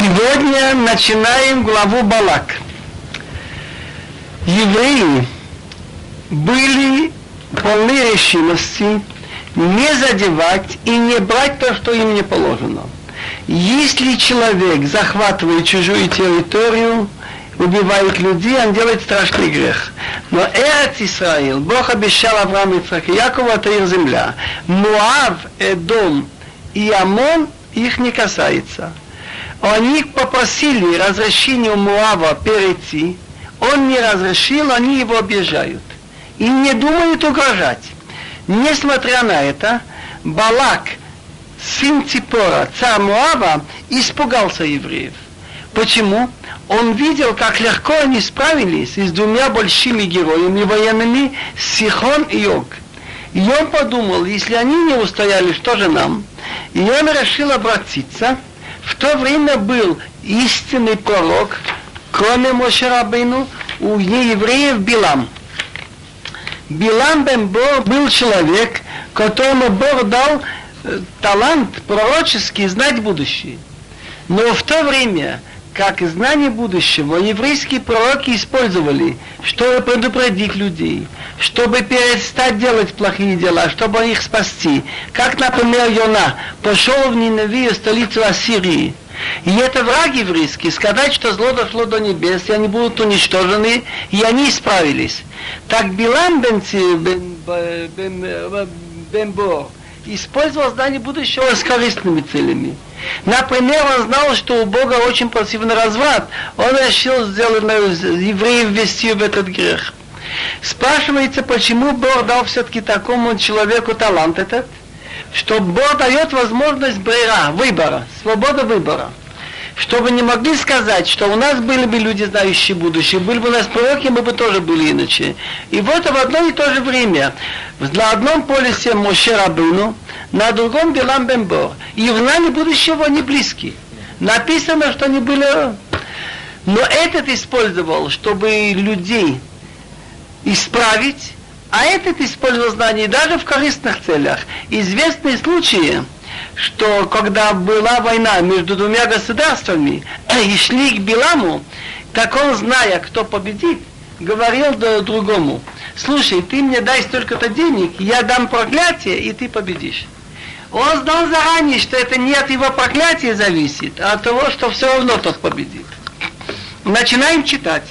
Сегодня начинаем главу Балак. Евреи были полны решимости не задевать и не брать то, что им не положено. Если человек захватывает чужую территорию, убивает людей, он делает страшный грех. Но Эрец Исраил, Бог обещал Аврааму, Ицхаку и Якову, это их земля. Моав, Эдом и Амон их не касается. Они попросили разрешения у Моава перейти, он не разрешил, они его обижают. И не думают угрожать. Несмотря на это, Балак, сын Ципора, царь Моава, испугался евреев. Почему? Он видел, как легко они справились с двумя большими героями военными, Сихон и Ог. И он подумал, если они не устояли, что же нам? И он решил обратиться. В то время был истинный пророк, кроме Моше Рабейну, у евреев Билам. Билам бен Бор был человек, которому Бог дал талант пророческий знать будущее. Но в то время, как знание будущего, еврейские пророки использовали, чтобы предупредить людей, чтобы перестать делать плохие дела, чтобы их спасти. Как, например, Йона пошел в Ниневию, столицу Ассирии. И это враг еврейский, сказать, что зло дошло до небес, и они будут уничтожены, и они исправились. Так Билам бен Бор использовал знание будущего с корыстными целями. Например, он знал, что у Бога очень противный разврат. Он решил сделать евреев ввести в этот грех. Спрашивается, почему Бог дал все-таки такому человеку талант этот? Что Бог дает возможность выбора, свобода выбора. Чтобы не могли сказать, что у нас были бы люди, знающие будущее, были бы у нас пророки, мы бы тоже были иначе. И вот в одно и то же время, на одном полюсе Моше Рабейну, на другом Билам бен Бор. И в знании будущего они близки. Написано, что они были... Но этот использовал, чтобы людей исправить, а этот использовал знания даже в корыстных целях. Известные случаи, что когда была война между двумя государствами, и шли к Биламу, так он, зная, кто победит, говорил другому: слушай, ты мне дай столько-то денег, я дам проклятие, и ты победишь. Он знал заранее, что это не от его проклятия зависит, а от того, что все равно тот победит. Начинаем читать.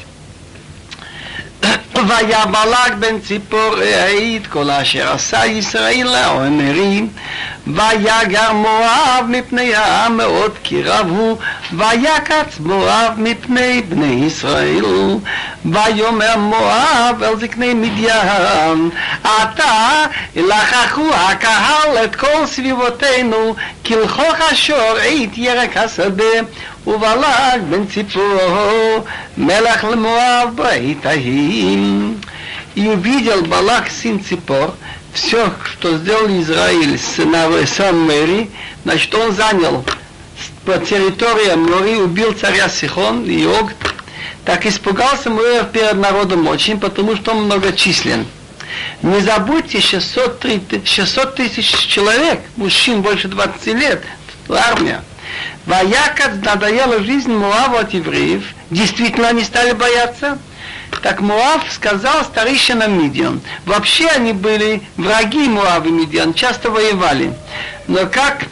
והיה בלק בן ציפור העיד כל אשר עשה ישראל לאמרים ויגר מואב מפני העם מאוד כי רב הוא ויקץ מואב מפני בני ישראל ויאמר מואב אל זקני מדיין עתה לקחו הקהל את כל סביבותינו כלכוך השור עית ירק השדה ובלק בן ציפור מלך למואב בעת ההיא. И увидел Балак, сын Ципор, все, что сделал Израиль с Саммери, значит, он занял по территории моря, убил царя Сихон и Ог, так испугался Моав перед народом очень, потому что он многочислен. Не забудьте, 600 тысяч человек, мужчин больше 20 лет, армия. Ваякац надоела жизнь Моава от евреев, действительно они стали бояться. Так Моав сказал старейшинам Мидиан. Вообще они были враги Моава и Мидиан, часто воевали. Но как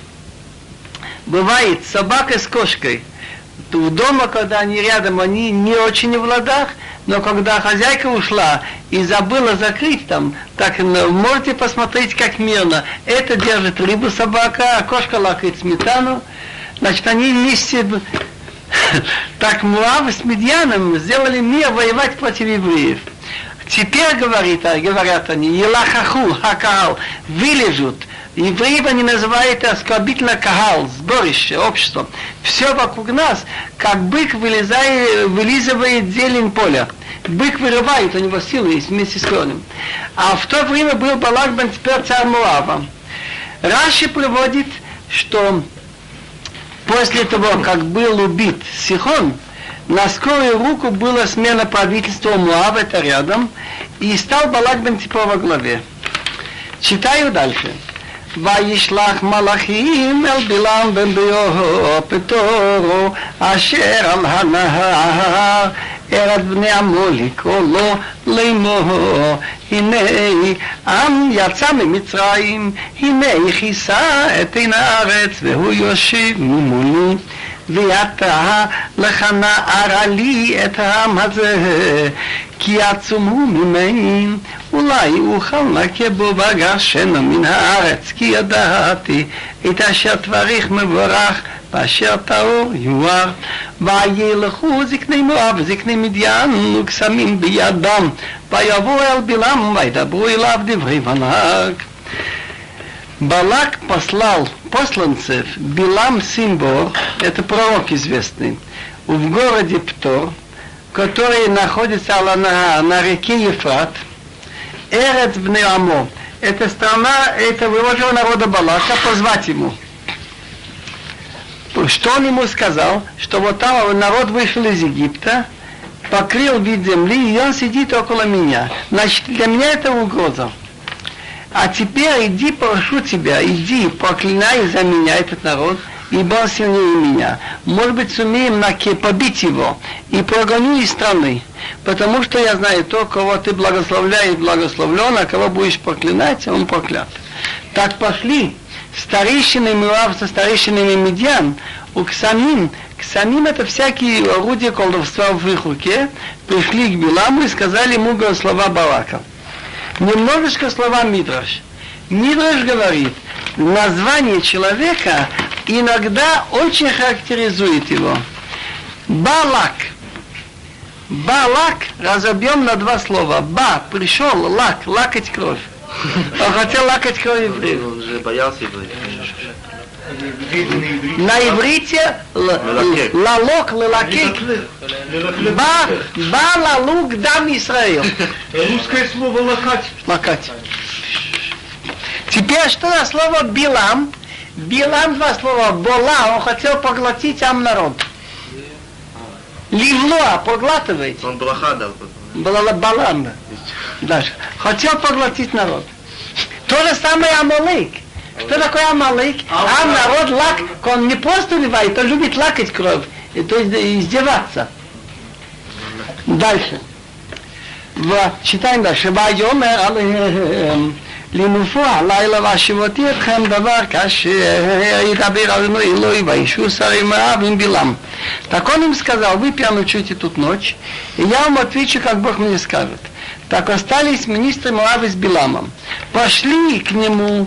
бывает с собакой с кошкой, то в дома, когда они рядом, они не очень в ладах, но когда хозяйка ушла и забыла закрыть там, так можете посмотреть, как мирно. Это держит рыбу собака, а кошка лакает сметану. Значит, они вместе... Так Моав с Мидьяном сделали мир воевать против евреев. Теперь, говорят они, Елахаху, Хакаал, вылежут. Евреев они называют оскорбительно Каал, сборище, общество. Все вокруг нас, как бык вылизывает зелень поля. Бык вырывает, у него силы есть вместе с конем. А в то время был Балак бен Ципор царь Моава. Раши приводит, что после того, как был убит Сихон, на скорую руку была смена правительства Моава, это рядом, и стал Балак бен Ципор во главе. Читаю дальше. וישלח מלאכים אל בלעם בן ביור פטורו אשר על הנהר ארץ בני עמו לקרוא לו לאמור הנה עם יצא ממצרים הנה כיסה את עין הארץ והוא יושב ממולי ואתה לך נערה לי את העם הזה כי עצום הוא ממני אולי אוכל נקה בו וגרשנו מן הארץ כי ידעתי את אשר תברך מבורך ואשר טהור יואר וילכו זקני מואב וזקני מדיין וקסמים בידם ויבואו אל בלעם וידברו אליו דברי בלק. Балак послал посланцев Билам Симбор, это пророк известный, в городе Птор, который находится на реке Ефрат, Эрец бней Амо, это страна этого его народа Балака, позвать ему. Что он ему сказал? Что вот там народ вышел из Египта, покрыл вид земли, и он сидит около меня. Значит, для меня это угроза. А теперь иди, прошу тебя, иди, проклинай за меня этот народ, ибо он сильнее меня. Может быть, сумеем побить его и прогоню из страны, потому что я знаю то, кого ты благословляешь, благословлен, а кого будешь проклинать, он проклят. Так пошли старейшины Муав со старейшинами Медьян, Ксамим это всякие орудия колдовства в их руке, пришли к Биламу и сказали ему слова Балака. Немножечко слова Мидраш. Мидраш говорит, название человека иногда очень характеризует его. Балак. Балак разобьем на два слова. Ба, пришел, лак, лакать кровь. Он хотел лакать кровь евреев. Он же боялся евреев. На иврите лалок, лалакик. Ба лалук дам Исраил. Русское слово лакать. Лакать. Теперь что за слово Билам? Билам два слова. Бола, он хотел поглотить сам народ. Ливлоа, поглатывает. Он блаха дал. Балам. Дальше. Хотел поглотить народ. То же самое Амалик. Что такое Амалик? Народ лак, он не просто убивает, он любит лакать кровь, то есть издеваться. Дальше. Читаем дальше. Вайомер алейхем לנופו הלילה והשבותי אתכם דבר כאשר ידבר עלינו Элой וישו שרי Моав עם Билам. Так он им сказал, вы переночуете тут ночь, и я вам отвечу, как Бог мне скажет. Так остались министры Моава с Биламом. Пошли к нему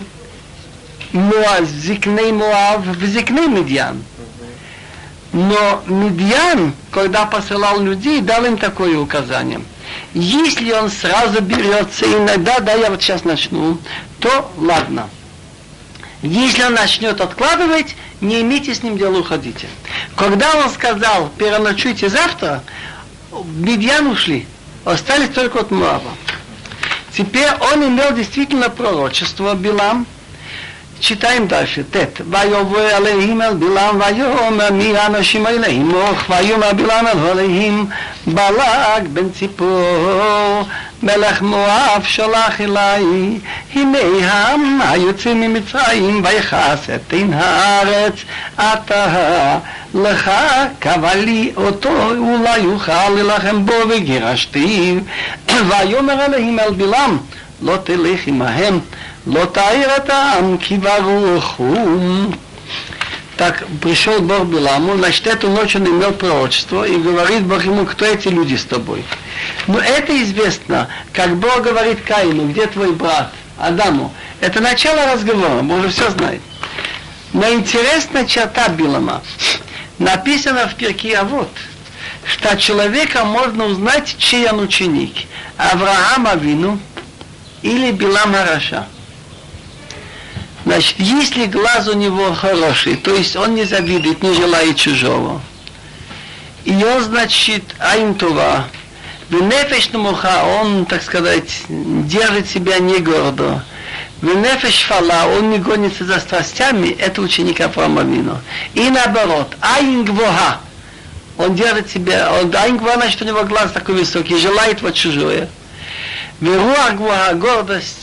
зикней Моав в зикней Медьян. Но Медьян, когда посылал людей, дал им такое указание. Если он сразу берется, иногда, да, я вот сейчас начну, то ладно. Если он начнет откладывать, не имейте с ним дела, уходите. Когда он сказал, переночуйте завтра, Медьян ушли, остались только от Моава. Теперь он имел действительно пророчество, Билам. Читаем дальше. Тет. ויבוא עליהם אל בלעם ויאמר מי האנשים האלה עמך ויאמר בלעם עליהם בלק בן ציפור מלך מואב שלח אליי הנה העם היוצא ממצרים ויכעס את עין הארץ עתה לך קבע לי אותו אולי יוכל להילחם בו וגירשתיו ויאמר עליהם אל בלעם לא תלך עמהם Лотаир там киварухум. Так пришел Бог Биламу, значит, эту ночь он имел пророчество, и говорит Бог ему, кто эти люди с тобой. Но это известно, как Бог говорит Каину, где твой брат, Адаму. Это начало разговора, мы уже все знаем. Но интересная черта Билама. Написано в Пиркей Авот, что от человека можно узнать, чей он ученик. Авраам Авину или Билам Хараша. Значит, если глаз у него хороший, то есть он не завидует, не желает чужого, и он, значит, айн-това, венефеш намуха, он, так сказать, держит себя не гордо, венефеш фала, он не гонится за страстями, это ученик Авраама Авину. И наоборот, айн-гвоха, он держит себя, айн-гвоха, значит, у него глаз такой высокий, желает вот чужое. Веруах-гвоха, гордость,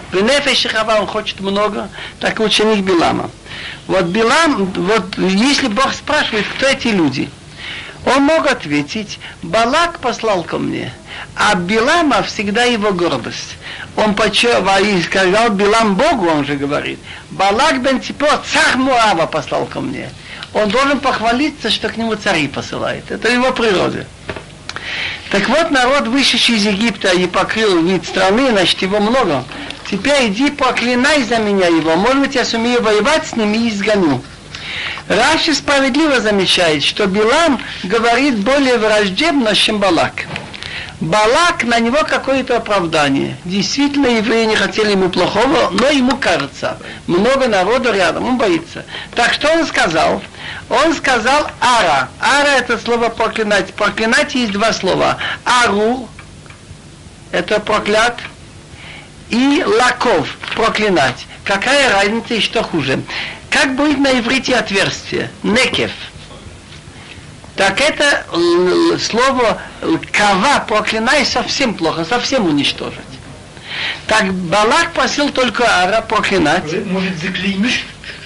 Бенефеш Хава, он хочет много, так ученик Билама. Вот Билам, вот если Бог спрашивает, кто эти люди, он мог ответить, Балак послал ко мне, а Билама всегда его гордость. Он и сказал Билам Богу, он же говорит, Балак бен Ципор, царь Моава послал ко мне. Он должен похвалиться, что к нему цари посылает. Это его природа. Так вот, народ, вышедший из Египта и покрыл вид страны, значит, его много. Теперь иди проклинай за меня его. Может быть, я сумею воевать с ним и изгоню. Раши справедливо замечает, что Билам говорит более враждебно, чем Балак. Балак, на него какое-то оправдание. Действительно, евреи не хотели ему плохого, но ему кажется. Много народу рядом, он боится. Так что он сказал? Он сказал ара. Ара это слово проклинать. Проклинать есть два слова. Ару это проклят. И лаков проклинать. Какая разница и что хуже? Как будет на иврите отверстие? Некев. Так это слово кава, проклинай, совсем плохо, совсем уничтожить. Так Балак просил только ара проклинать. Может, заклеймишь?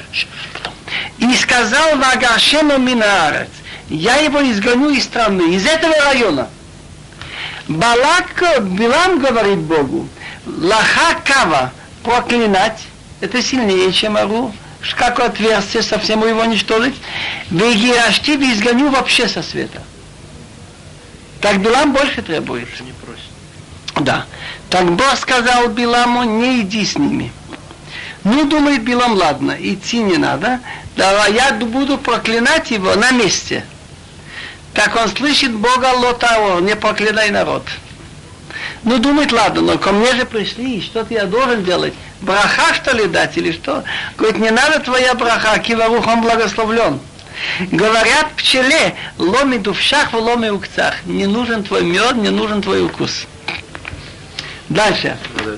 И сказал Вагашену Минаарец, я его изгоню из страны, из этого района. Балак, Билам говорит Богу, лаха кава, проклинать, это сильнее, чем ару. Как отверстие, совсем его уничтожить. Вегирашти, изгоню вообще со света. Так Билам больше требует. Не просит. Да. Так Бог сказал Биламу, не иди с ними. Ну, думает Билам, ладно, идти не надо. Да, я буду проклинать его на месте. Так он слышит Бога Лотао, не проклинай народ. Ну, думает, ладно, но ко мне же пришли, что-то я должен делать. Браха, что ли, дать или что? Говорит, не надо твоя браха, киварух, он благословлен. Говорят пчеле, ломи дувшах, ломи укцах. Не нужен твой мед, не нужен твой укус. Дальше.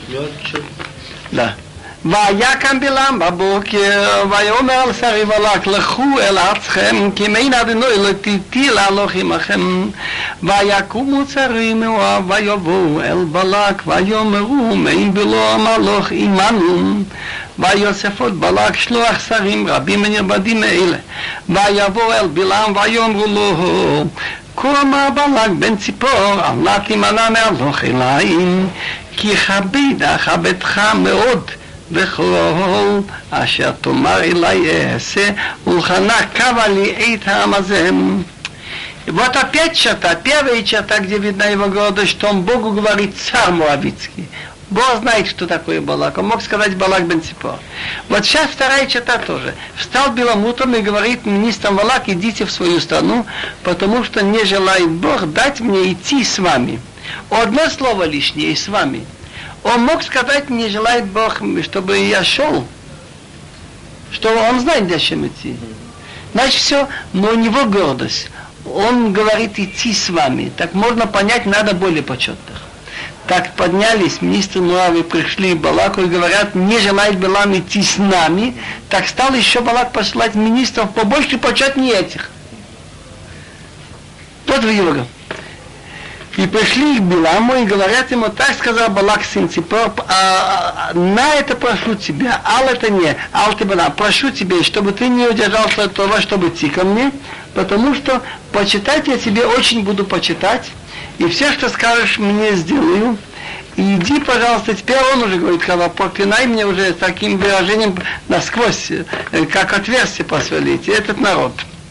Да. ויקם בלעם בבוקר, ויאמר אל שרי ולק, לכו אל ארצכם, כי מעין אדוני לא תיתי להלוך עמכם. ויקומו שרי מואב, ויבואו אל בלק, ויאמרו, מעין בלעם הלוך עמנו. ויוסף עוד בלק שלוח שרים רבים ונרבדים מאלה. ויבואו אל בלעם, ויאמרו לו, כה אמר בלק בן ציפור, אל תימנע מהלוך אלי, כי כבדך מאוד. וכל אשר תאמר אלי אעשה, ולחנה קבע לי את העם הזה. Вот опять черта, первая черта, где видна его гордость, что он Богу говорит царь Моавицкий. Бог знает, что такое Балак. Он мог сказать Балак бен Ципор. Вот сейчас вторая черта тоже. Встал Билам утром и говорит министрам Балак, идите в свою страну, потому что не желает Бог дать мне идти с вами. Одно слово лишнее с вами. Он мог сказать, не желает Бог, чтобы я шел, что он знает, зачем идти. Значит, все, но у него гордость. Он говорит идти с вами. Так можно понять, надо более почетных. Так поднялись министры Моавы, пришли к Балаку и говорят, не желает Билам идти с нами. Так стал еще Балак посылать министров побольше почетнее этих. Вот в Юра. И пришли к Биламу и говорят ему, так сказал Балак сын Ципор, на это прошу тебя, ал это не, ал ты Балам, прошу тебя, чтобы ты не удержался от того, чтобы идти ко мне, потому что почитать я тебе очень буду почитать, и все, что скажешь, мне сделаю. И иди, пожалуйста, теперь он уже говорит, проклинай мне уже таким выражением насквозь, как отверстие посвалить, этот народ.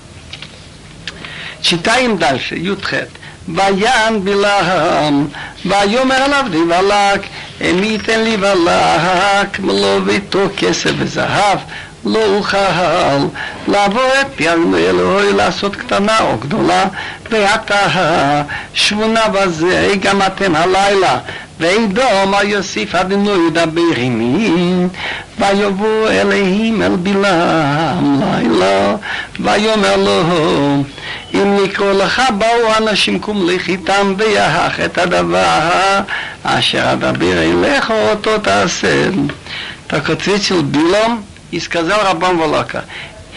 Читаем дальше, Ютхет. ויען בלעם, ויאמר אליו לבלק, אם ייתן לי בלק מלוא ביתו כסף וזהב, לא אוכל לעבור את פי אלוהי לעשות קטנה או גדולה, ועתה שבונה בזה גם אתם הלילה, וידום יוסיף אדוני ידבר עמי, ויבוא אליהם אל בלעם לילה, ויאמר לו, אם לקרוא לך באו אנשים קום לך איתם ויחך את הדבר אשר אדבר אליך אותו תעשה. Так ответил Билам и сказал рабам Валака,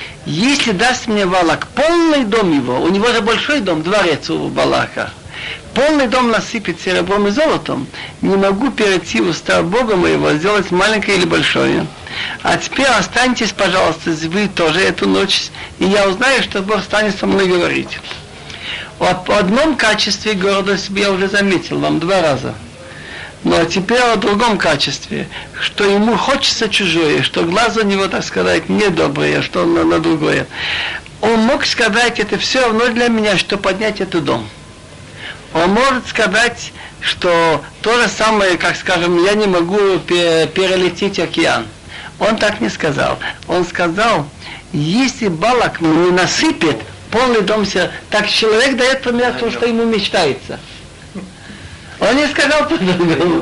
если даст мне Валак полный дом его, у него же большой дом, дворец у Балака, полный дом насыпет серебром и золотом, не могу перейти в уста Бога моего, сделать маленькое или большое. А теперь останьтесь, пожалуйста, вы тоже эту ночь, и я узнаю, что Бог станет со мной говорить. О одном качестве гордости я уже заметил вам 2 раза. Но теперь о другом качестве, что ему хочется чужое, что глаз у него, так сказать, недоброе, что он на другое. Он мог сказать, это все равно для меня, что поднять этот дом. Он может сказать, что то же самое, как, скажем, я не могу перелететь океан. Он так не сказал. Он сказал, если Балак мне насыпет полный дом, так человек дает пример то, что ему мечтается. Он не сказал по-другому.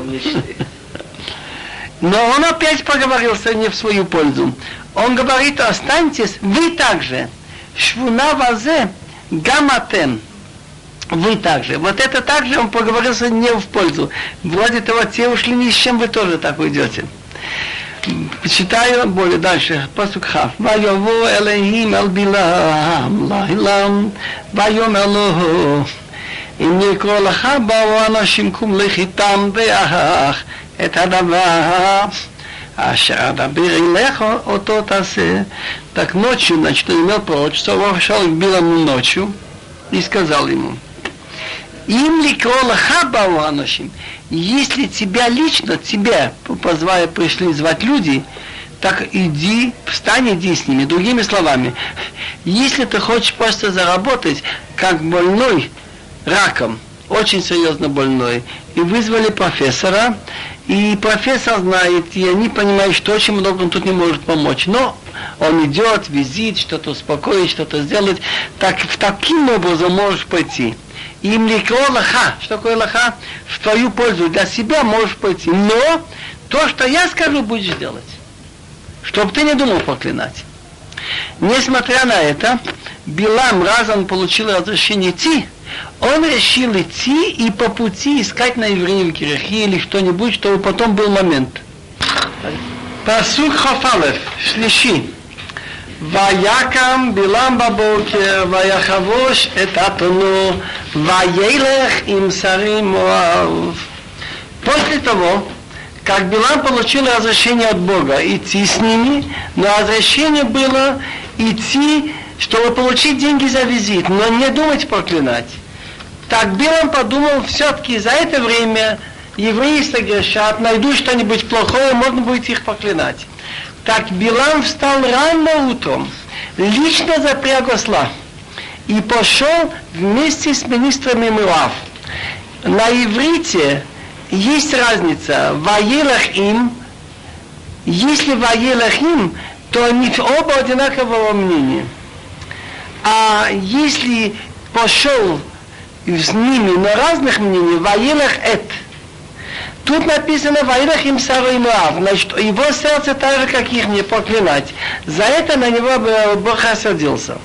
Но он опять проговорился не в свою пользу. Он говорит, останьтесь, вы также. Швуна вазе гаматем. Вы также. Вот это также он поговорился не в пользу. Вроде того, те ушли ни с чем, вы тоже так уйдете. Читаю более дальше. Пасук Хав. Вайово элейхим эл билам лайлам. Вайомер ло. אם נקרא לך באו אנשים קום לחיתם ואח את הדבר אשר אדבר אליך אותו תעשה. Так ночью, значит, он имел пророчество, вошел к Биламу ночью и сказал ему, им ликро лаха бау анашим, если тебя лично, тебя позвали, пришли звать люди, так иди, встань, иди с ними. Другими словами, если ты хочешь просто заработать, как больной, раком, очень серьезно больной, и вызвали профессора, и профессор знает, и они понимают, что очень много он тут не может помочь, но он идет, визит, что-то успокоить, что-то сделать, так в таким образом можешь пойти. Им ликро лаха, что такое лаха? В твою пользу, для себя можешь пойти, но то, что я скажу, будешь делать, чтобы ты не думал проклинать. Несмотря на это, Билам, раз он получил разрешение идти, он решил идти и по пути искать на евреев грехи или что-нибудь, чтобы потом был момент. Пасук Хафалев, шлиши. ויקם בלעם בבוקר ויחבוש את אתונו וילך עם שרים מואב. После того, как Билам получил разрешение от Бога идти с ними, но разрешение было идти, чтобы получить деньги за визит, но не думать проклинать. Так Билам подумал, все-таки за это время евреи согрешат, найдут что-нибудь плохое, можно будет их проклинать. Так Билам встал рано утром, лично запряг осла и пошел вместе с министрами Моав. На иврите есть разница. Ваелах им, если ваелах им, то они оба одинакового мнения. А если пошел с ними на разных мнениях, ваелах эт. Тут написано ваелах им сару и Моав. Значит, его сердце так же, как их, не проклинать. За это на него Бог осердился.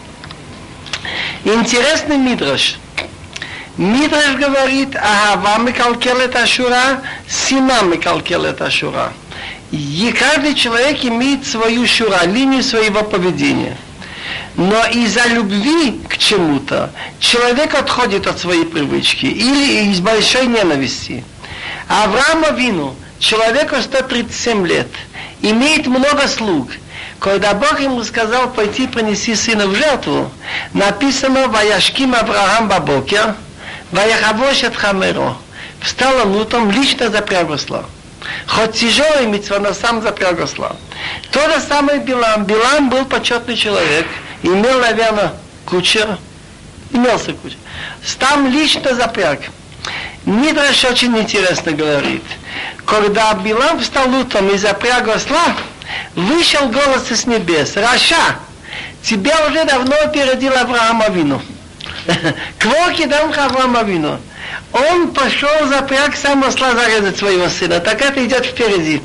Интересный мидраш. Мидраш говорит, Ахава мекалкелет ашура, сина мекалкелет ашура. И каждый человек имеет свою шура, линию своего поведения. Но из-за любви к чему-то человек отходит от своей привычки или из большой ненависти. Авраам Авину, человеку 137 лет, имеет много слуг. Когда Бог ему сказал пойти принеси сына в жертву, написано «Ваяшким Авраам бабокер, ваяхавош эт хамеро». Встал он утром, лично запряг осла. Хоть тяжелый мицва, но сам запряг осла. То же самое Билам. Билам был почетный человек, имел, наверное, кучер, имелся кучер. Там лично запряг. Мидраш очень интересно говорит. Когда Билам встал утром и запряг осла, вышел голос из небес. Раша, тебя уже давно опередил Авраам Авину. Кворки дам Авраам Авину. Он пошел запряг сам осла зарезать своего сына. Так это идет впереди.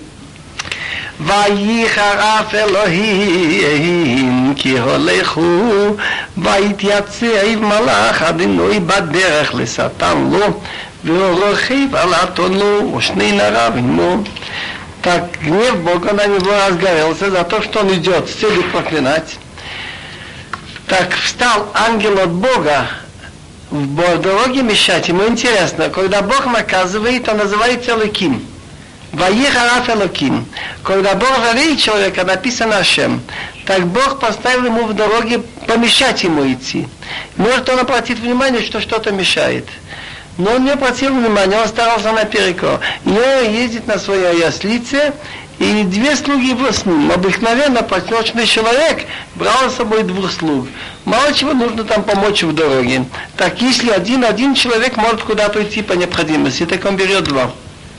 ויחרף אלוהים כי הולכו ויתייצב מלאך אדינוי בדרך לשטן לו והולכיו על אתונו ושני נעריו עמו. Так гнев Бога на него разгорелся за то, что он идет с целью проклинать. Так встал ангел от Бога в дороге мешать ему. Интересно, когда Бог наказывает, он называется Элоким. Ваихараф Элоким. Когда Бог жалеет человека, написано Ашем. Так Бог поставил ему в дороге помешать ему идти. Может, он обратит внимание, что что-то мешает. Но он не обратил внимания, он старался наперекор. И он ездит на своей ослице, и 2 слуги его с ним. Обыкновенно подношенный человек брал с собой 2 слуг. Мало чего нужно там помочь в дороге. Так если один человек может куда-то идти по необходимости, так он берет 2.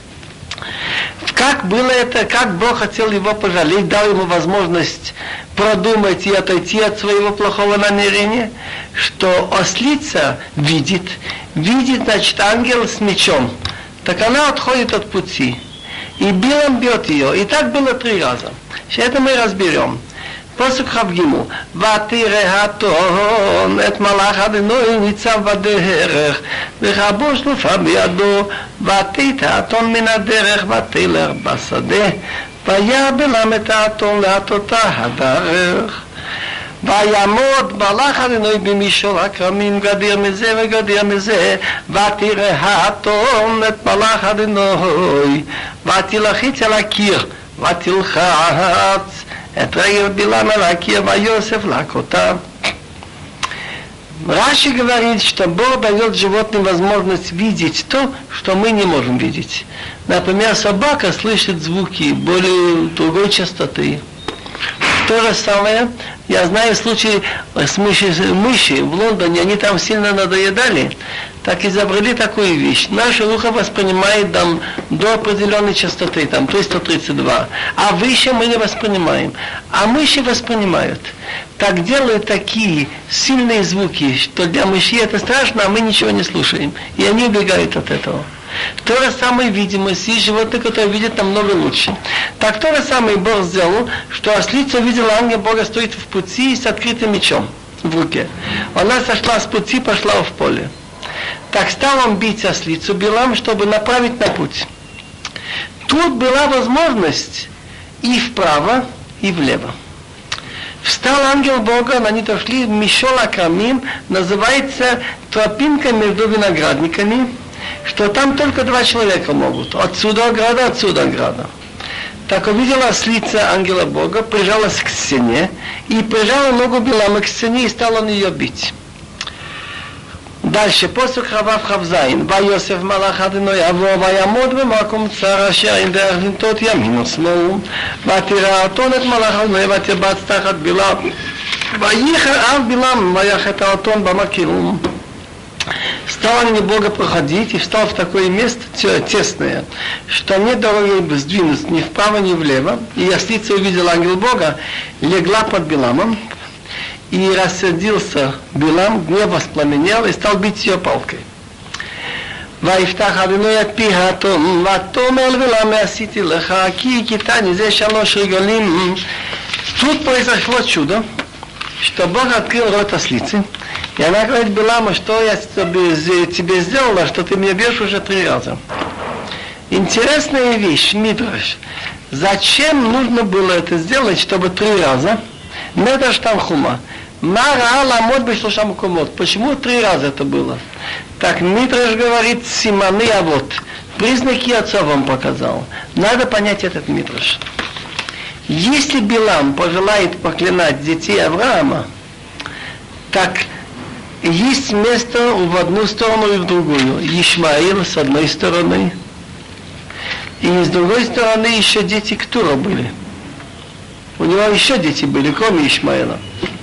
Как было это, как Бог хотел его пожалеть, дал ему возможность продумать и отойти от своего плохого намерения, что ослица видит, значит, ангел с мечом. Так она отходит от пути. И Билам бьет ее. И так было 3 раза. Сейчас это мы разберем. פסוק כ"ג ותראה האתון את מלאך אדוני ניצב בדרך וחבו שלופה בידו ותית האתון מן הדרך ותלך בשדה והיה בלם את האתון להטותה הדרך ויעמוד מלאך אדוני במישור הכרמים גדיר מזה וגדיר מזה ותראה האתון את מלאך אדוני ותלחיץ על הקיר ותלחץ את רגל בלעם על הקיר ויוסף להכותה. Раши говорит, что Бог дает животным возможность видеть то, что мы не можем видеть. Например, собака слышит звуки более другой частоты. То же самое, я знаю случай с мыши в Лондоне, они там сильно надоедали, так изобрели такую вещь. Наше ухо воспринимает там до определенной частоты, там 332, а выше мы не воспринимаем. А мыши воспринимают. Так делают такие сильные звуки, что для мышей это страшно, а мы ничего не слушаем. И они убегают от этого. То же самое видимость, есть животные, которые видят намного лучше. Так то же самое Бог сделал, что ослица увидела ангел Бога стоит в пути с открытым мечом в руке. Она сошла с пути, пошла в поле. Так стал он бить ослицу Билам, чтобы направить на путь. Тут была возможность и вправо, и влево. Встал ангел Бога, они дошли в Мишол Акрамим, называется тропинка между виноградниками, что там только 2 человека могут. Отсюда ограда. Так увидела ослица ангела Бога, прижалась к стене, и прижала ногу Билама к стене, и стал он ее бить. Дальше, посук Хавав Хавзайн, ויוסף מלאך אדוני יבוא ויעמוד במקום צר אשר עם דרך לנטות ימין ושמאל ותראה האתון את מלאך אדוני ותרבץ תחת בלעם וייחר אב בלעם ויחת האתון במקום. Стал они Бога проходить и встал в такое место тесное, что нет дороги сдвинуться ни вправо, ни влево. И ослица увидела ангел Бога, легла под Биламом, и рассердился Билам, гнев воспламенел и стал бить ее палкой. ויפתח אדוני את פי האתון ותאמר לבלעם עשיתי לך כי הכיתני זה 3 רגלים. Тут произошло чудо, что Бог открыл рот ослицы, и она говорит Биламу, что я тебе сделала, что ты меня бьешь уже 3 раза. Интересная вещь, Мидраш. Зачем нужно было это сделать, чтобы 3 раза? Медраш Танхума. Мара ламот бешлоша мукомот. Почему 3 раза это было? Так Мидраш говорит симаны авот. Признаки отца вам показал. Надо понять этот Мидраш. Если Билам пожелает проклинать детей Авраама, так есть место в одну сторону и в другую. Ишмаил с одной стороны, и с другой стороны еще дети Ктура были. У него еще дети были, кроме Ишмаила.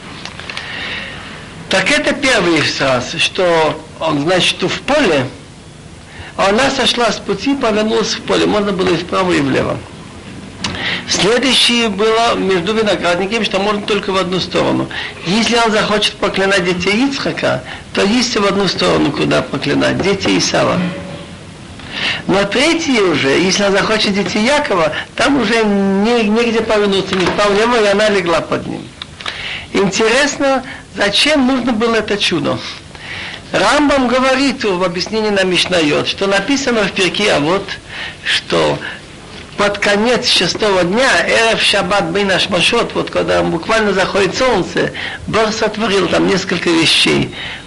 Так это первый раз, что он, значит, в поле, а она сошла с пути, повернулась в поле, можно было и вправо, и влево. Следующее было между виноградниками, что можно только в одну сторону. Если он захочет проклинать детей Ицхака, то есть в одну сторону, куда проклинать, дети Исава. Но третье уже, если он захочет детей Якова, там уже негде повернуться, не вправо, влево, и она легла под ним. Интересно, зачем нужно было это чудо? Рамбам говорит в объяснении на Мишнайот, что написано в Перке Авот, что под конец 6-го дня, Эрев Шаббат Бейн Ашмашот, вот когда буквально заходит солнце, Бог сотворил там несколько вещей.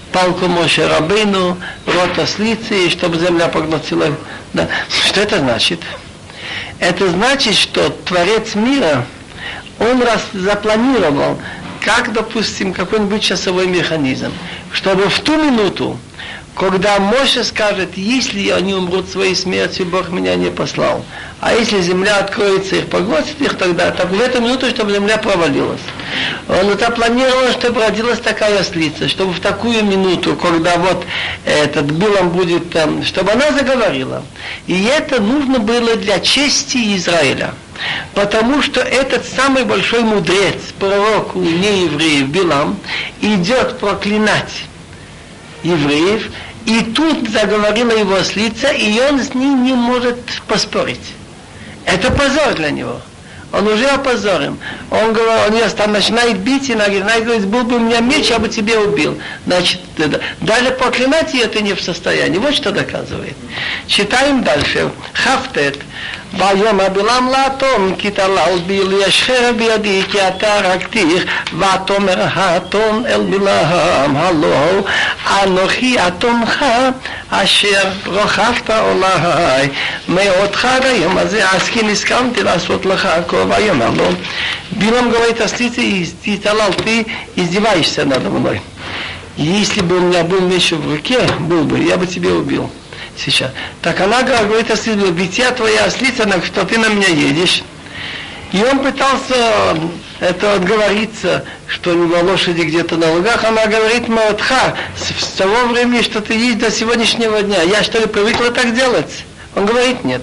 палку Моше Рабейну, рот ослицы, и чтобы земля поглотила. Да. Что это значит? Это значит, что Творец мира, он запланировал, как, допустим, какой-нибудь часовой механизм, чтобы в ту минуту, когда Моше скажет, если они умрут своей смертью, Бог меня не послал, а если земля откроется и поглотит их, тогда так в эту минуту, чтобы земля провалилась. Он это планировал, чтобы родилась такая ослица, чтобы в такую минуту, когда вот этот Билам будет там, чтобы она заговорила. И это нужно было для чести Израиля. Потому что этот самый большой мудрец, пророк у неевреев Билам, идет проклинать евреев, и тут заговорила его ослица, и он с ней не может поспорить. Это позор для него. Он уже опозорен. Он говорит, он ее там начинает бить, и она говорит, был бы у меня меч, я бы тебя убил. Значит, даже проклинать ее ты не в состоянии. Вот что доказывает. Читаем дальше. Хафтет. ויאמר בלעם לאתון כי תלל בי לישחר בידי כי אתה הרגתיך ותאמר האתון אל בלעם הלא אנוכי אתונך אשר רחקת עלי מאותך היום הזה אז כי הסכמתי לעשות לך הכל ויאמר לו בלעם говорит ослице и талал ты издеваешься надо мной. Если бы у меня был меч в руке, я бы тебя убил. Сейчас. Так она говорит, ведь я твоя ослица, что ты на меня едешь. И он пытался это отговориться, что не на лошади где-то на лугах. Она говорит, Маотха, с того времени, что ты есть до сегодняшнего дня, я что ли привыкла так делать? Он говорит, нет.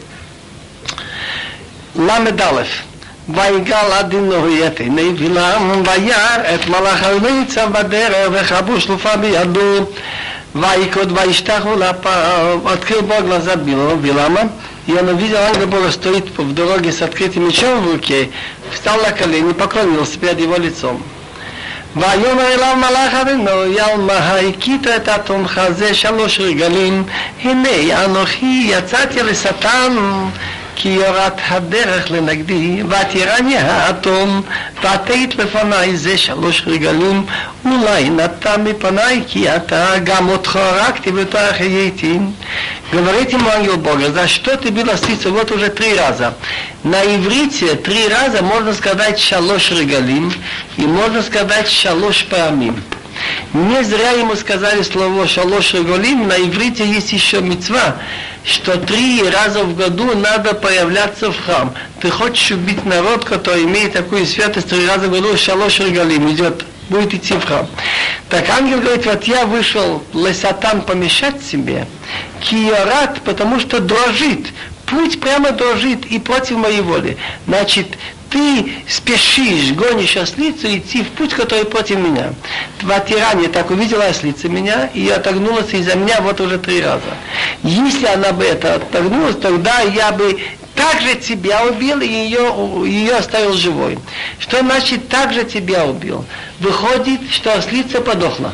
Ламедалев. ויגל עדינו יתני בלעם וירא את מלאך אלוהים ניצב בדרך וחבוש שלופה בידו ויקוד וישתחו לפניו. Открыл Бог глаза Билама, и он увидел ангела Бога стоит в дороге с открытым мечом в руке, встал на колени, поклонился перед его лицом. ויאמר אליו מלאך אדוני על מה הכית את אתונך זה 3 רגלים הנה אנוכי יצאתי לשטן כי יורת הדרך לנגדי ותירני האתון ותהית לפני זה 3 רגלים אולי נטע מפני כי אתה גם אותך הרגתי ואתה חייתי. Говорит ему ангел Бога, за что ты бил ослицу? Вот уже 3 раза. На иврите 3 раза можно сказать 3 регалим и можно сказать 3 паамим. Не зря ему сказали слово 3 регалим, на иврите есть еще мицва, что 3 раза в году надо появляться в храм. Ты хочешь убить народ, который имеет такую святость, 3 раза в году 3 регалим идет, будет идти в храм. Так ангел говорит, вот я вышел лесатан помешать себе, киорат, потому что дрожит, путь прямо дрожит и против моей воли. Значит, ты спешишь, гонишь ослицу идти в путь, который против меня. В тиране так увидела ослица меня и отогнулась из-за меня вот уже 3 раза. Если она бы это отогнулась, тогда я бы также тебя убил и ее оставил живой. Что значит также тебя убил? Выходит, что ослица подохла.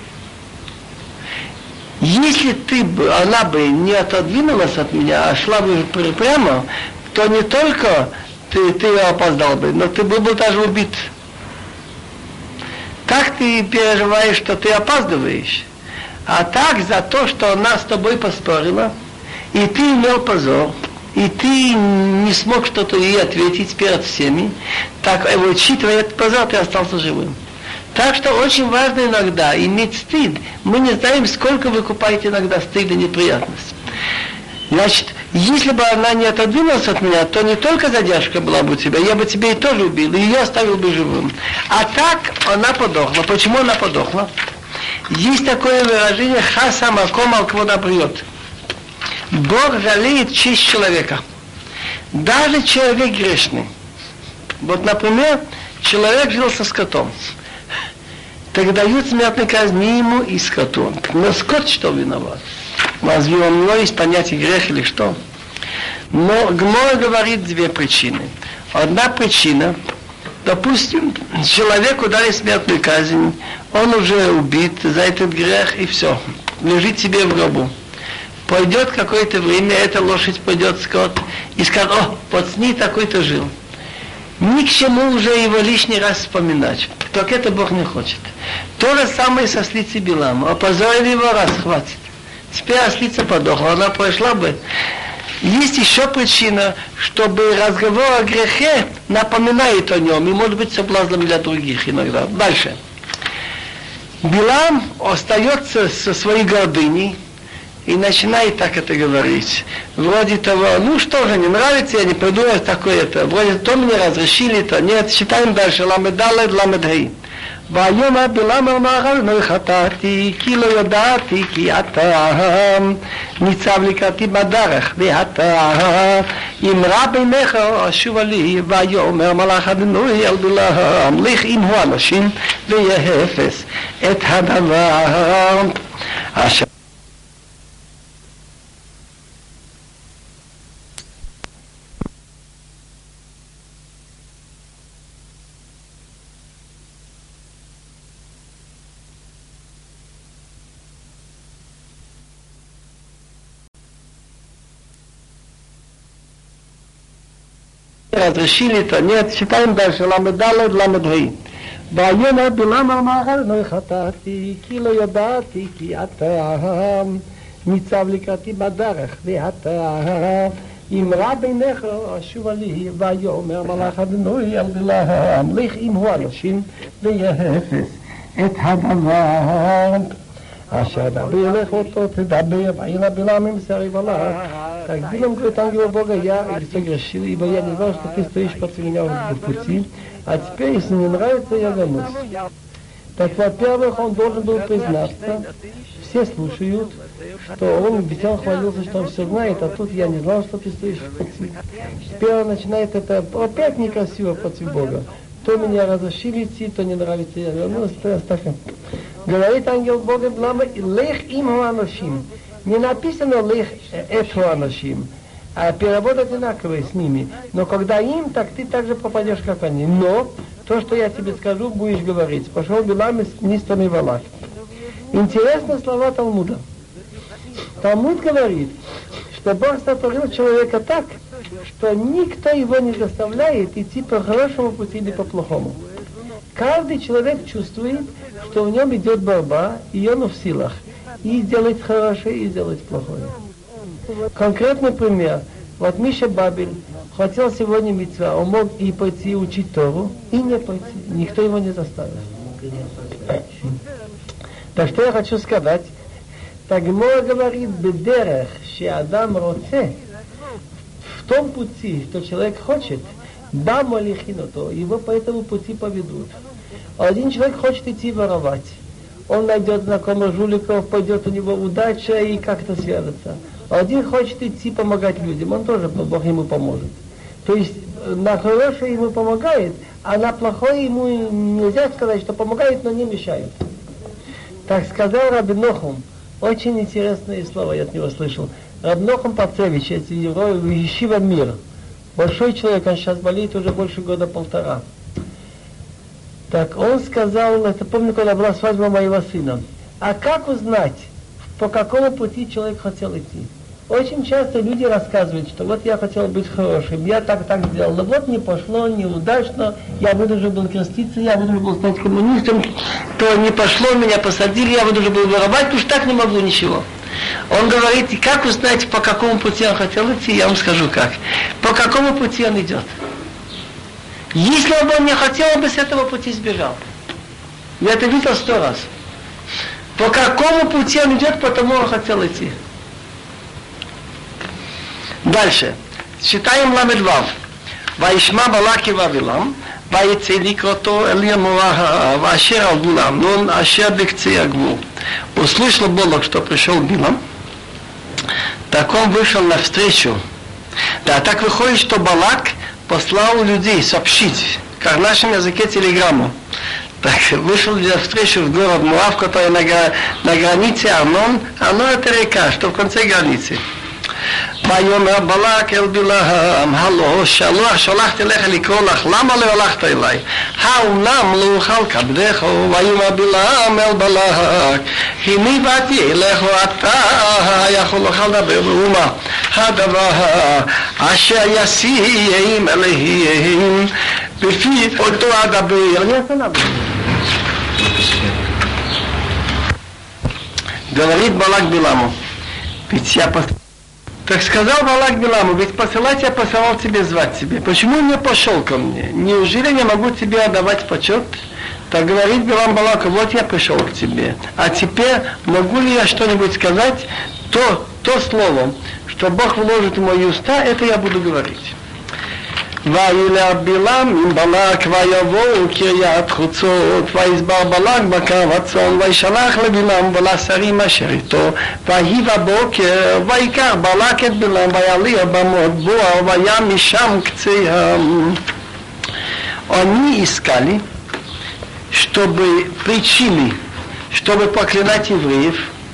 Если она бы не отодвинулась от меня, а шла бы прямо, то не только ты опоздал бы, но ты был бы даже убит. Так ты переживаешь, что ты опаздываешь. А так за то, что она с тобой поспорила, и ты имел позор, и ты не смог что-то ей ответить перед всеми, так, учитывая этот позор, ты остался живым. Так что очень важно иногда иметь стыд. Мы не знаем, сколько выкупает иногда стыд и неприятность. Значит, если бы она не отодвинулась от меня, то не только задержка была бы у тебя, я бы тебя и тоже убил, и ее оставил бы живым. А так она подохла. Почему она подохла? Есть такое выражение «хаса маком ал квод абриот». Бог жалеет честь человека. Даже человек грешный. Вот, например, человек жил со скотом. Так дают смертную казнь ему и скоту. Но скот что виноват? Разве у него есть понятие грех или что? Но Гмора говорит 2 причины. Одна причина, допустим, человеку дали смертную казнь, он уже убит за этот грех и все, лежит себе в гробу. Пройдет какое-то время, эта лошадь пойдет скот и скажет, вот с ней такой-то жил. Ни к чему уже его лишний раз вспоминать. Только это Бог не хочет. То же самое со ослицей Билама. Опозорили его раз, хватит. Теперь ослица подохла, она прошла бы. Есть еще причина, чтобы разговор о грехе напоминает о нем, и может быть соблазном для других иногда. Дальше. Билам остается со своей гордыней и начинает так это говорить. Вроде того, ну что же, не нравится, я не придумал такое-то. Вроде то мне разрешили, то нет. Читаем дальше. Ламедалед, ламедхей. ויאמר בלעם אל מרדכי חטאתי כי לא ידעתי כי אתה ניצב לקראתי בדרך ואתה אם רע בעיניך אשובה לי ויאמר מלאך אדוני אל בלעם לך עמו אנשים ויהפס את הדבר אשר разрешили, то нет. Читаем дальше. למדלת, למדהי. ויאמר בלעם אל מרדכי חטאתי כי לא ידעתי כי אתה ניצב לקראתי בדרך ואתה אם רע בעיניך אשובה לי ויאמר מלאך אדוני אל בלעם לך עמו אנשים ויהפס את הדבר אשר דבר לך אותו תדבר וירא בלעם עם שערי ולך. Так, Билам говорит, ангел Бога, я согрешил, ибо я не знал, что ты стоишь против меня в пути, а теперь, если не нравится, я вернусь. Так, во-первых, он должен был признаться, все слушают, что он ведь он хвалился, что он все знает, а тут я не знал, что ты стоишь в пути. Теперь он начинает это опять некрасиво против Бога. То меня разрешили идти, то не нравится, я вернусь, то я так. Говорит ангел Бога, лех им аношим. Не написано лех эту аношим, а перевод одинаковый с ними. Но когда им, так ты также попадешь, как они. Но то, что я тебе скажу, будешь говорить. Пошел Билам с министрами Валак. Интересные слова Талмуда. Талмуд говорит, что Бог сотворил человека так, что никто его не заставляет идти по хорошему пути или по плохому. Каждый человек чувствует, что в нем идет борьба, и он в силах. И сделать хорошее, и сделать плохое. Конкретный пример. Вот Миша Бабель хотел сегодня мицва, он мог и пойти учить Тору, и не пойти. Никто его не заставил. Так что я хочу сказать. Так Гемора говорит, бедерех, шеадам роце, в том пути, что человек хочет, бам алихиното, его по этому пути поведут. Один человек хочет идти воровать. Он найдет знакомых жуликов, пойдет у него удача и как-то свяжется. Один хочет идти помогать людям, он тоже, Бог ему поможет. То есть на хорошее ему помогает, а на плохое ему нельзя сказать, что помогает, но не мешает. Так сказал Раби Нохум, очень интересные слова я от него слышал. Раби Нохум Пацевич, это Ешива Мир. Большой человек, он сейчас болеет уже больше года полтора. Так он сказал, это помню, когда была свадьба моего сына. А как узнать, по какому пути человек хотел идти? Очень часто люди рассказывают, что вот я хотел быть хорошим, я так сделал, но вот не пошло, неудачно, я вынужден был креститься, я вынужден был стать коммунистом, то не пошло, меня посадили, я вынужден был воровать, потому что так не могу ничего. Он говорит, и как узнать, по какому пути он хотел идти, я вам скажу как. По какому пути он идет. Если бы он не хотел, он бы с этого пути сбежал. Я это видел 100 раз. По какому пути он идет, потому он хотел идти. Дальше. Читаем Ламед Вав. וישמע בלק ובלעם, ויצא לקראתו אל ימוה, ואשר על גבול אמנון, אשר בקצה הגבול. Услышал Балак, что пришел Билам, так он вышел навстречу. Да, так выходит, что Балак послал людей сообщить, как в нашем языке телеграмму. Так вышел навстречу в город Муав, который на границе Арнон. Арнон это река, что в конце границы. ויאמר בלק אל בלעם, הלא שלוח שלחתי לך לקרוא לך, למה לא הלכת אליי? האומנם לא אוכל כבדך? ויאמר בלעם אל בלק, הנה באתי אליך ואתה יכול לך לדבר באומה. הדבר אשר ישים אליהם בפי אותו אדבר. אני останавливаюсь. Говорит Балак Биламу. Ведь я Так сказал Балак Биламу, ведь посылать я посылал тебе звать тебе. Почему не пошел ко мне? Неужели не могу тебе отдавать почет? Так говорит Билам Балаку, вот я пришел к тебе. А теперь могу ли я что-нибудь сказать? То слово, что Бог вложит в мои уста, это я буду говорить. וילך בלעם עם בלק ויבואו קריית חוצות ויסבר בלק בקר הצאן וישלח לבלעם ולשרים אשר איתו ויהי בבוקר ויקח בלק את בלעם ויעלה במות בוער והיה משם קצהם. Они искали, чтобы причины, чтобы проклинать евреев.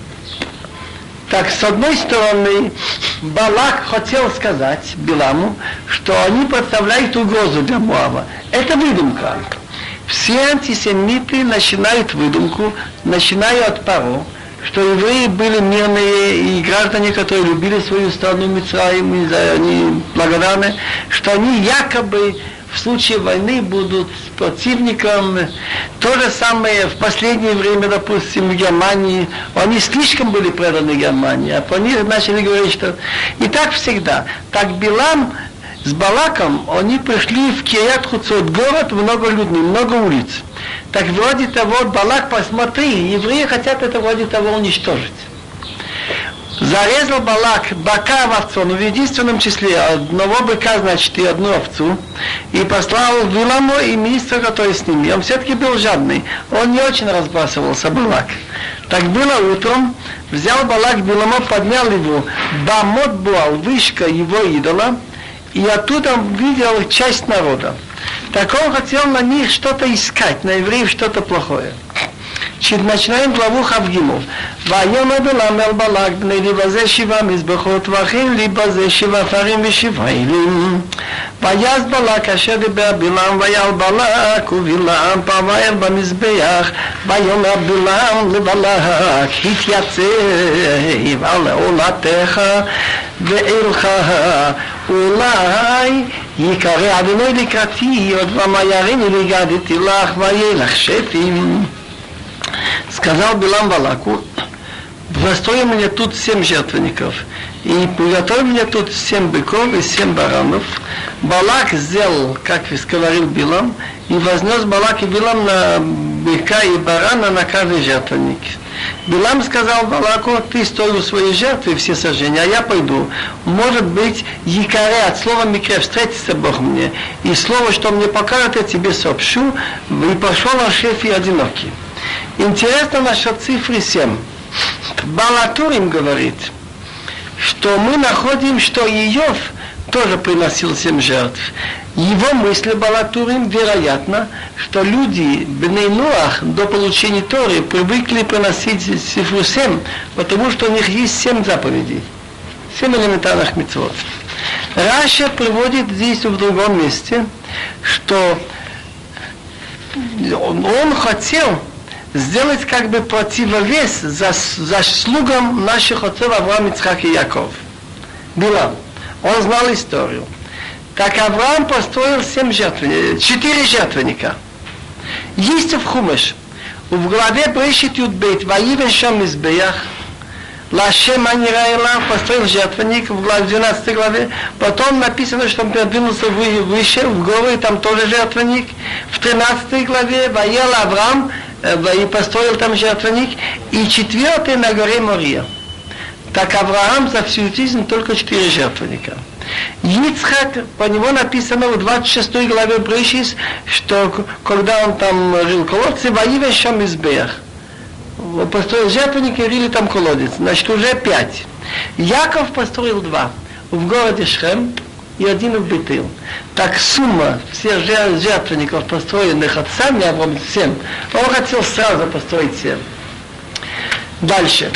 Так, с одной стороны, Балак хотел сказать Биламу, что они представляют угрозу для Моава. Это выдумка. Все антисемиты начинают выдумку, начиная от Паро, что евреи были мирные и граждане, которые любили свою страну Мицраим, они благодарны, что они якобы в случае войны будут противником. То же самое в последнее время, допустим, в Германии. Они слишком были преданы Германии, а по ним начали говорить, что... И так всегда. Так Билам с Балаком, они пришли в Кирият Хуцот, город многолюдный, много улиц. Так вроде того, Балак, посмотри, евреи хотят это вроде того уничтожить. Зарезал Балак быка в овцу, но в единственном числе одного быка, значит, и одну овцу, и послал Биламу и министра, который с ним. И он все-таки был жадный, он не очень разбрасывался, Балак. Так было утром, взял Балак Биламу, поднял его, Бамот Буал, вышка его идола, и оттуда видел часть народа. Так он хотел на них что-то искать, на евреев что-то плохое. начинаем главу Хавгимов. ויאמר בלעם אל בלק בני לי בזה 7 מזבחות ואכין לי בזה 7 פרים ו7 אלים. ויעש בלק אשר דיבר בלעם ויעל בלק ובלעם פרווה במזבח. ויאמר בלעם לבלק התייצב על עולתך ואלך אולי יקרא אדוני לקראתי עוד במה יריני והגדתי לך ויהיה לך שפים. Сказал Билам Балаку: построй мне тут 7 жертвенников и приготовь мне тут 7 быков и 7 баранов. Балак сделал, как говорил Билам, и вознес Балак и Билам на быка и барана на каждый жертвенник. Билам сказал Балаку: ты стой у своей жертвы все сожжения, а я пойду. Может быть, якаре, от слова микре, встретится Бог мне, и слово, что мне покажет, я тебе сообщу. И пошел на шефе одинокий. Интересно насчет цифры 7. Балатурим говорит, что мы находим, что Иов тоже приносил 7 жертв. Его мысли Балатурим, вероятно, что люди Бней Ноах до получения Торы привыкли приносить цифру 7, потому что у них есть 7 заповедей, 7 элементарных мицвот. Раша приводит здесь в другом месте, что он хотел сделать как бы противовес заслугам наших отцов Авраам, Ицхак и Яков. Билам. Он знал историю. Так Авраам построил 4 жертвенника. Есть в Хумеш. В главе Брешит Юдбейт Ваивен Шам Мизбеях Лашем Анираила построил жертвенник в 12 главе. Потом написано, что он продвинулся выше, в горы, там тоже жертвенник. В 13 главе Ваел Авраам и построил там жертвенник. И 4 на горе Мория. Так Авраам за всю жизнь только 4 жертвенника. Ицхак, по нему написано в 26 главе Брешис, что когда он там рыл колодцы, Ваивен Шам Мизбеях. Построил жертвенник и рили там колодец. Значит, уже 5. Яков построил 2. В городе Шхем и 1 в Бетил. Так сумма всех жертвенников, построенных отцами Авраама, 7. Он хотел сразу построить 7. Дальше.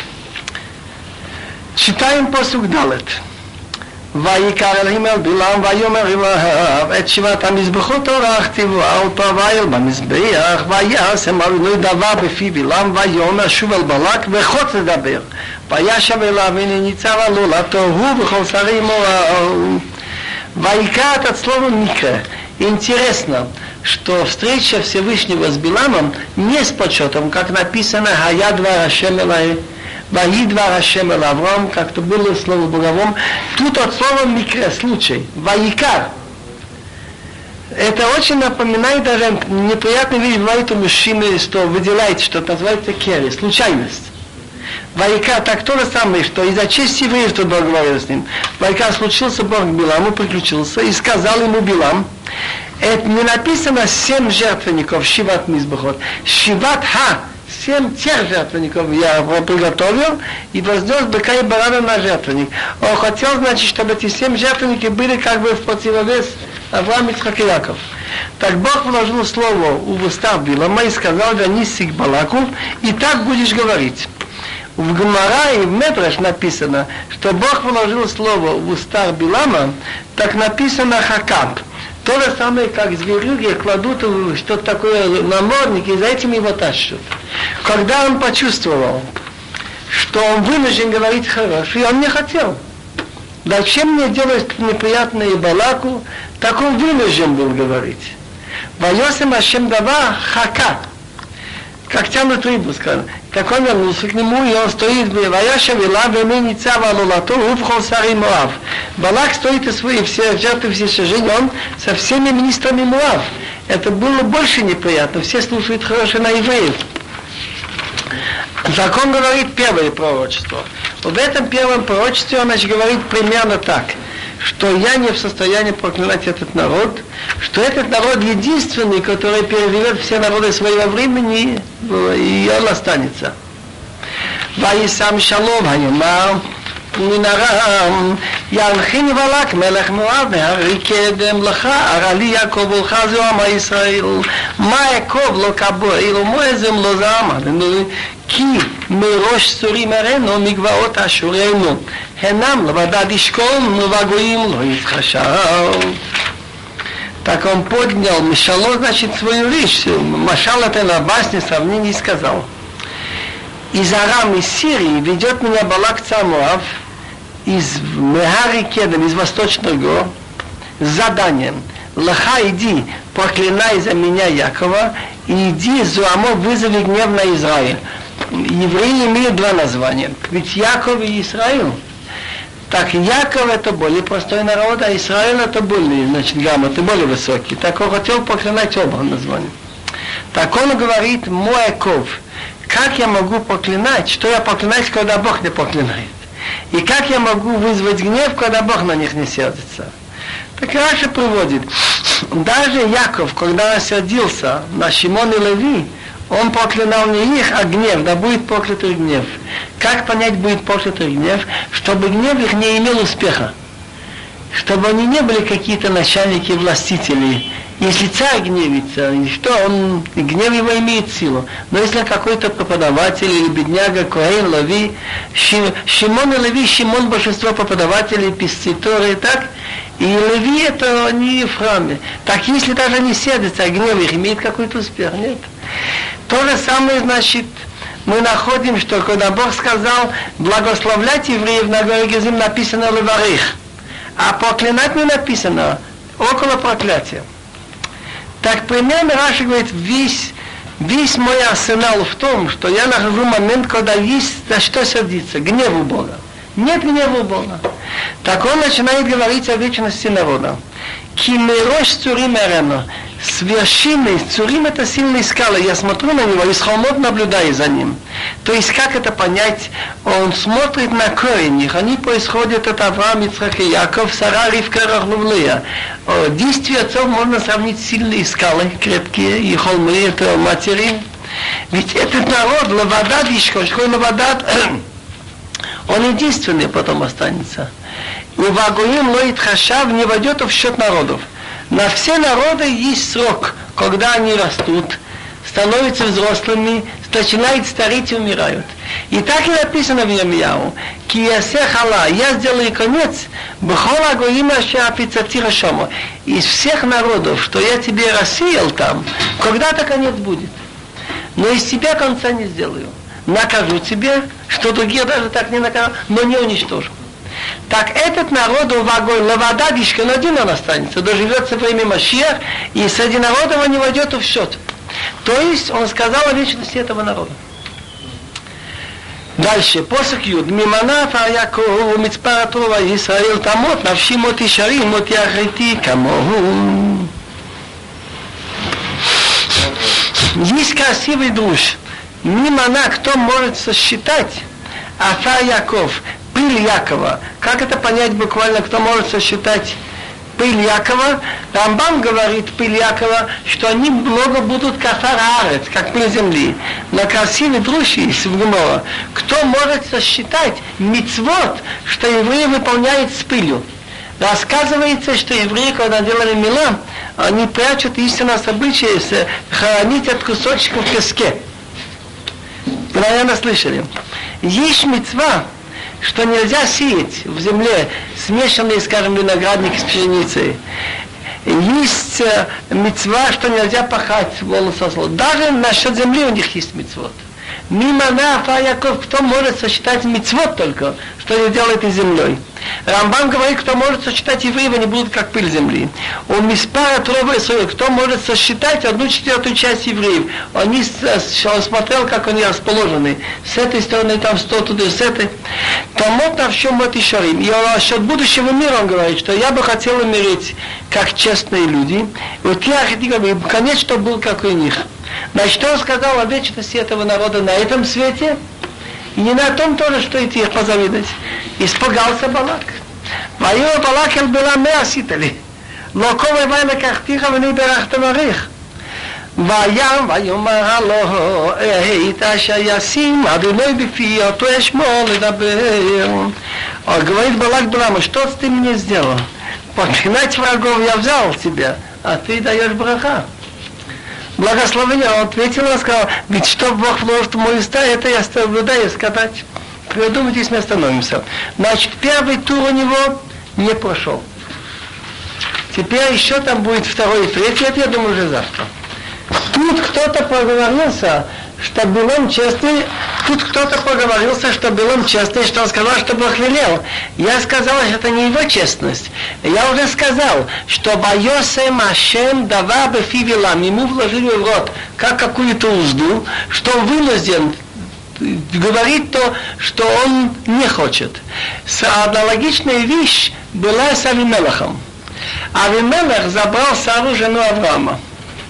Читаем посук Далет. ויקרא אלוהים אל בלעם ויאמר אליו את 7 המזבחות ערכתי ועל פרווה במזבח ויעשם אדוני דבר בפי בלעם ויאמר שוב אל בלק וחוץ לדבר וישב אליו הנה ניצב על עולתו הוא וכל שרי עמו ויקרא את הצלוב מקרא Интересно, что встреча Всевышнего с Биламом не с почетом, как написано «Хаядва Рашем Элай», «Ваидва Рашем Элай Аврам», как-то было слово Боговом. Тут от слова «микре», случай, «Ваикар». Это очень напоминает, даже неприятная вещь бывает у мужчины, что выделяет что-то, называется кери, случайность. Ваикар, так то же самое, что из-за чести евреев, что Бог говорил с ним. Ваикар случился Бог к Биламу, приключился и сказал ему Билам, это не написано 7 жертвенников, Шиват Мизбахот, Шиват Ха, 7 тех жертвенников я приготовил и вознес быка и барана на жертвенник. Он хотел, значит, чтобы эти 7 жертвенники были как бы в противовес Авраам, Ицхак и Яков. Так Бог вложил слово в уста Билама и сказал, вернись к Балаку, и так будешь говорить. В Гемара и в Медраш написано, что Бог вложил слово в уста Билама, так написано Хакаб. То же самое, как зверюги кладут что-то такое намордник, и за этим его тащат. Когда он почувствовал, что он вынужден говорить хорошо, и он не хотел. Зачем мне делать неприятное Балаку? Так он вынужден был говорить. Вайосем Ашем Дава Хакаб. Как тянут рыбу, сказано. Так он вернулся к нему, и он стоит, Ваяша Вила, Вемени Цава Лулату, Увхол Сари Моав. Балак стоит и свои все жертвы, все сожжения, он со всеми министрами Моав. Это было больше неприятно, все слушают хорошо на евреев. Закон говорит первое пророчество. В этом первом пророчестве он, значит, говорит примерно так, что я не в состоянии проклинать этот народ, что этот народ единственный, который переживет все народы своего времени, и он останется. Ваисам шалом хайомар מן ארם ינחין ולק מלך מואב מהרי קדם לך ארלי יעקב ולך זו עם ישראל מה יעקב לא כבועל ומועזם לא זעם כי מראש סורים הראינו מגבעות אשורנו הנם לבדד ישכון ובגויים לא יתחשב. Так он поднял Мишало, значит, свою речь. Машал это на басне сравнение сказал. Из Арам, из Сирии ведет меня Балак царь Моав из Мегари Кедем, из восточных гор, с заданием. Лаха, иди, проклинай за меня Якова, и иди, Зуамо, вызови гнев на Израиль. Евреи имеют два названия, ведь Яков и Израиль. Так Яков это более простой народ, а Израиль это более, значит, грамотный, более высокий. Так он хотел проклинать оба названия. Так он говорит, мой Яков, как я могу проклинать, что я проклинать, когда Бог не проклинает? И как я могу вызвать гнев, когда Бог на них не сердится? Так Раша приводит, даже Яков, когда он сердился на Шимон и Леви, он проклинал не их, а гнев, да будет проклят их гнев. Как понять будет проклят их гнев? Чтобы гнев их не имел успеха. Чтобы они не были какие-то начальники, властители. Если царь гневится, что он, гнев его имеет силу. Но если какой-то преподаватель или бедняга, Коэн, Леви, Шимон и Леви, Шимон большинство преподавателей, писцы Торы, так, и Леви это они в храме. Так если даже они сердятся, а гнев их имеет какой-то успех, нет. То же самое, значит, мы находим, что когда Бог сказал благословлять евреев на горе Гезим, написано Леварих, а проклинать не написано, около проклятия. Так примерно Раши говорит, весь мой арсенал в том, что я нахожу момент, когда есть за что сердиться, гневу Бога. Нет гнева Бога. Так он начинает говорить о вечности народа. Кимерош цурим эрено. С вершины, цурим это сильные скалы. Я смотрю на него, из холмов наблюдаю за ним. То есть как это понять? Он смотрит на корень их. Они происходят от Авраама, Ицхака и Яков, Сара, Ривка, Рахну, Лея. Действия отцов можно сравнить с сильные скалы, крепкие, и холмы, это матери. Ведь этот народ, Лавадад, Ишкошкой, Лавадад, он единственный потом останется. Увагуим лоит хашав не войдет в счет народов. На все народы есть срок, когда они растут, становятся взрослыми, начинают стареть и умирают. И так и написано в Йермияу, ки ясехала, я сделаю конец, бхола гоима шеапицати рашомо. Из всех народов, что я тебе рассеял там, когда-то конец будет. Но из тебя конца не сделаю. Накажу тебе, что другие даже так не накажу, но не уничтожу. Так этот народ в огонь, лавада дишкен, один он останется, доживет со времени Машиах, и среди народа он не войдет в счет. То есть он сказал о вечности этого народа. Дальше, посох Юд. Миманав Яков, Мицпара Това, Исраил Тамот, Навши Мот Ишари, Мот Яхрити, Камоху. Есть красивый друж. Мимана, кто может сосчитать Афар Яков, пыль Якова. Как это понять буквально, кто может сосчитать пыль Якова? Рамбам говорит, пыль Якова, что они много будут кафар арец, как пыль земли. Но красивый друж есть в Гемора. Кто может сосчитать мицвот, что евреи выполняют с пылью? Рассказывается, что евреи, когда делали мила, они прячут истинное обычай хранить от кусочков в песке. Вы, наверное, слышали. Есть мицва, что нельзя сеять в земле смешанные, скажем, виноградники с пшеницей. Есть мицва, что нельзя пахать волосослов. Даже насчет земли у них есть мицвот. Мимо Нафа Яков, кто может сосчитать мицвот только, что они делают и землей. Рамбам говорит, кто может сосчитать евреев, они будут как пыль земли. У Миспара Това Исраил, кто может сосчитать 1/4 часть евреев. Он смотрел, как они расположены. С этой стороны там 100, туда с этой. Тамот на всем вот Ишарим. И насчет будущего мира он говорит, что я бы хотел умереть как честные люди. Вот я хотел, конец, что был как у них. Значит, он сказал о вечности этого народа на этом свете, и не на том тоже, что идти их позавидовать. Испугался Балак. Вайо Балак ел была меаситали. Локовой вайна кахтиха вни берахта марих. Ваям вайомар алло эйта шаясим адуной бифи ото эшмо ледабер. Говорит Балак Баламу, что ты мне сделал? Проклинать врагов я взял тебя, а ты даешь браха. Благословение, он ответил, он сказал, ведь что Бог вложит в мои уста, это я соблюдаю сказать. Придумайтесь, мы остановимся. Значит, первый тур у него не прошел. Теперь еще там будет второй и третий, это я думаю уже завтра. Тут кто-то проговорился, что был он честный, что он сказал, что Бог велел. Я сказал, что это не его честность. Я уже сказал, что Байосем Ашем дава бефивилам, ему вложили в рот, как какую-то узду, что он вынужден говорить то, что он не хочет. Аналогичная вещь была с Авимелехом. Авимелех забрал Сару, жену Авраама.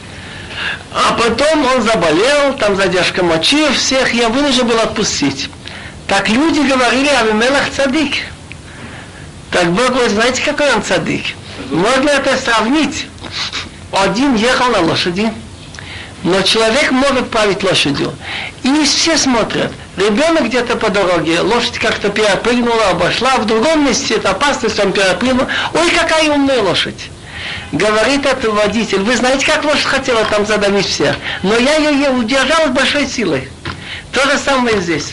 А потом он заболел, там задержка мочи, всех я вынужден был отпустить. Так люди говорили, Авимелех цадик. Так Бог говорит, знаете, какой он цадик? Можно это сравнить. Один ехал на лошади, но человек может править лошадью. И все смотрят. Ребенок где-то по дороге, лошадь как-то перепрыгнула, обошла, в другом месте это опасность, он перепрыгнул. Ой, какая умная лошадь. Говорит этот водитель, вы знаете, как лошадь хотела там задавить всех, но я ее удержал с большой силой. То же самое здесь.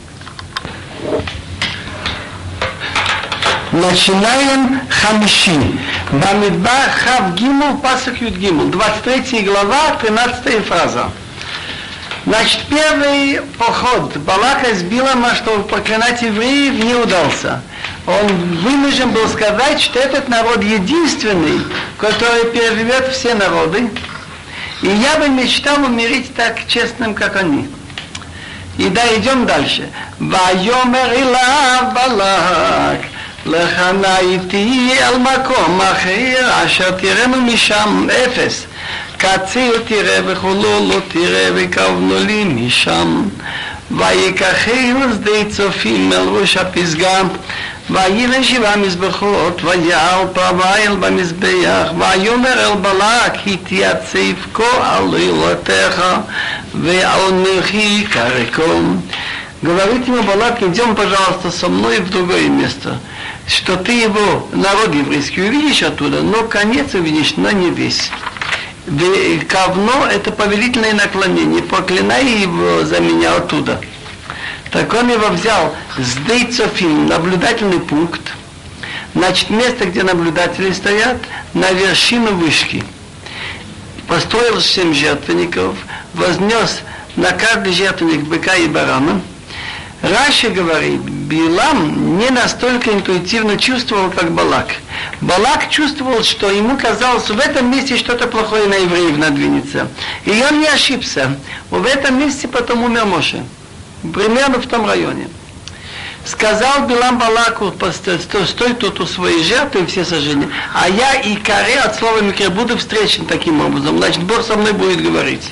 Начинаем Хамиши. Бамидбар Хав Гимл, Пасах Юд Гимл. 23 глава, 13 фраза. Значит, первый поход Балака с Билама, чтобы проклинать евреев, не удался. Он вынужден был сказать, что этот народ единственный, который переживет все народы. И я бы мечтал умереть так честным, как они. И да, идем дальше. Вайомер илав Балак. Лехана איתי על מקום אחר אשר תראנו משם אפס קציר תראה וכולו לא תראה וכוונה לי משם ויקחהו שדה צופים אל ראש הפסגה וירא 7 מזבחות ויעל פרוויל במזבח ויאמר אל בלק התייצב כה על עילותיך ועל מלכי כרקום. Говорит ему Балак, идем, пожалуйста, со мной в другое место, что ты его, народ еврейский, увидишь оттуда, но конец увидишь, но не весь. Кавно – это повелительное наклонение, проклинай его за меня оттуда. Так он его взял с Дейцофим, наблюдательный пункт, значит, место, где наблюдатели стоят, на вершину вышки. Построил 7 жертвенников, вознес на каждый жертвенник быка и барана, Раши говорит, Билам не настолько интуитивно чувствовал, как Балак. Балак чувствовал, что ему казалось, в этом месте что-то плохое на евреев надвинется. И он не ошибся. В этом месте потом умер Моше. Примерно в том районе. Сказал Билам Балаку, стой тут у своей жертвы, все сожжения, а я и каре от слова микре буду встречен таким образом. Значит, Бог со мной будет говорить.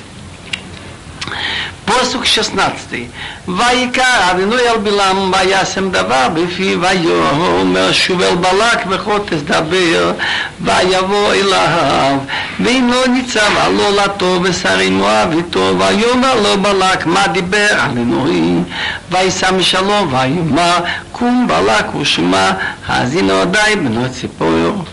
Посук 16. ויקרא אדוני אל בלעם וישם דבר בפיו ויאמר שוב אל בלק וכה תדבר ויבוא אליו ואם לא ניצב עלו לטוב ושרי מואב איתו ויאמר לו בלק מה דיבר אדוני וישא משלום ויאמר קום בלק ושמע האזינו די בנו ציפור.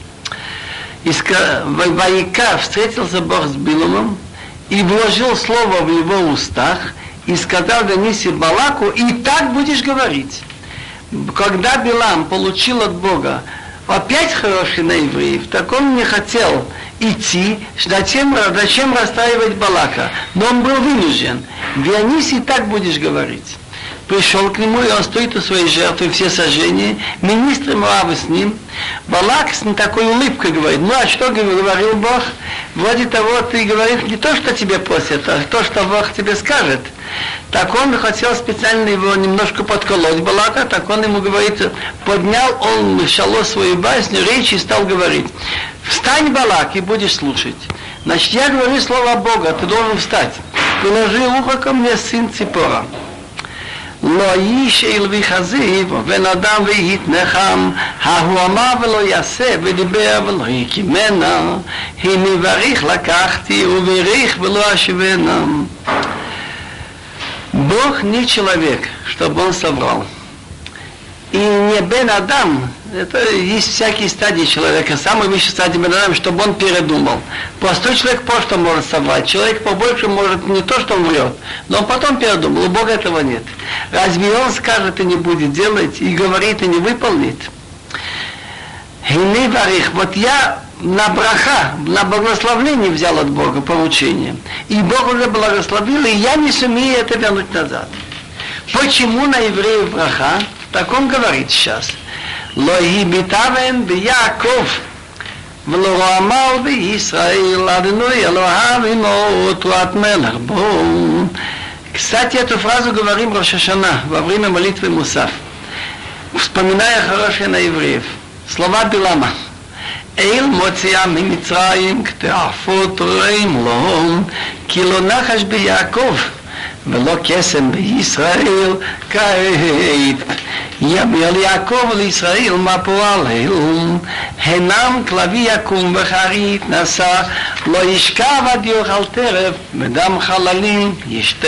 ויקרא встретился Бог с Биломом и вложил слово в его устах, и сказал Денисе Балаку, и так будешь говорить. Когда Билам получил от Бога опять хороший на евреев, так он не хотел идти, зачем расстраивать Балака, но он был вынужден. Дионис, и так будешь говорить. Пришел к нему, и он стоит у своей жертвы, все сожжения, министры Моава с ним. Балак с такой улыбкой говорит, ну а что говорил Бог? Вроде того, ты говоришь не то, что тебе просят, а то, что Бог тебе скажет. Так он хотел специально его немножко подколоть Балака, так он ему говорит, поднял он шало свою басню, речь и стал говорить, встань, Балак, и будешь слушать. Значит, я говорю слово Бога, ты должен встать. Приложи ухо ко мне, сын Ципора. לא איש אל וחזיב ובן אדם והתנחם ההוא אמר ולא יעשה ודיבר ולא יקימנה אם יבריך לקחתי ובריך ולא אשבנה. Бог не человек, чтобы он соврал. И не бен Адам, это есть всякие стадии человека, самый высший стадий бен Адам, чтобы он передумал. Простой человек просто может соврать, человек побольше может не то, что он врет, но он потом передумал, у Бога этого нет. Разве он скажет и не будет делать, и говорит и не выполнит? Вот я на браха, на благословение взял от Бога поручение, и Бог уже благословил, и я не сумею это вернуть назад. Почему на евреев браха? Так он говорит сейчас. Лои битавен бьяков, влоамал б'Исраил, Адоной Элохав имо туат мелах бо. Кстати, эту фразу говорим Рош ха-Шана во время молитвы Мусав, вспоминая хорошее на евреев. Слова Билама. Эйл моция мимицраим ктеафот роим лом, кило нахаш б'Яков. ולא קסם בישראל כעת יאמר יעקב לישראל מה פועל הנם כלבי יקום וחרית נשא לא ישכב עד יאכל טרף ודם חללים ישתה.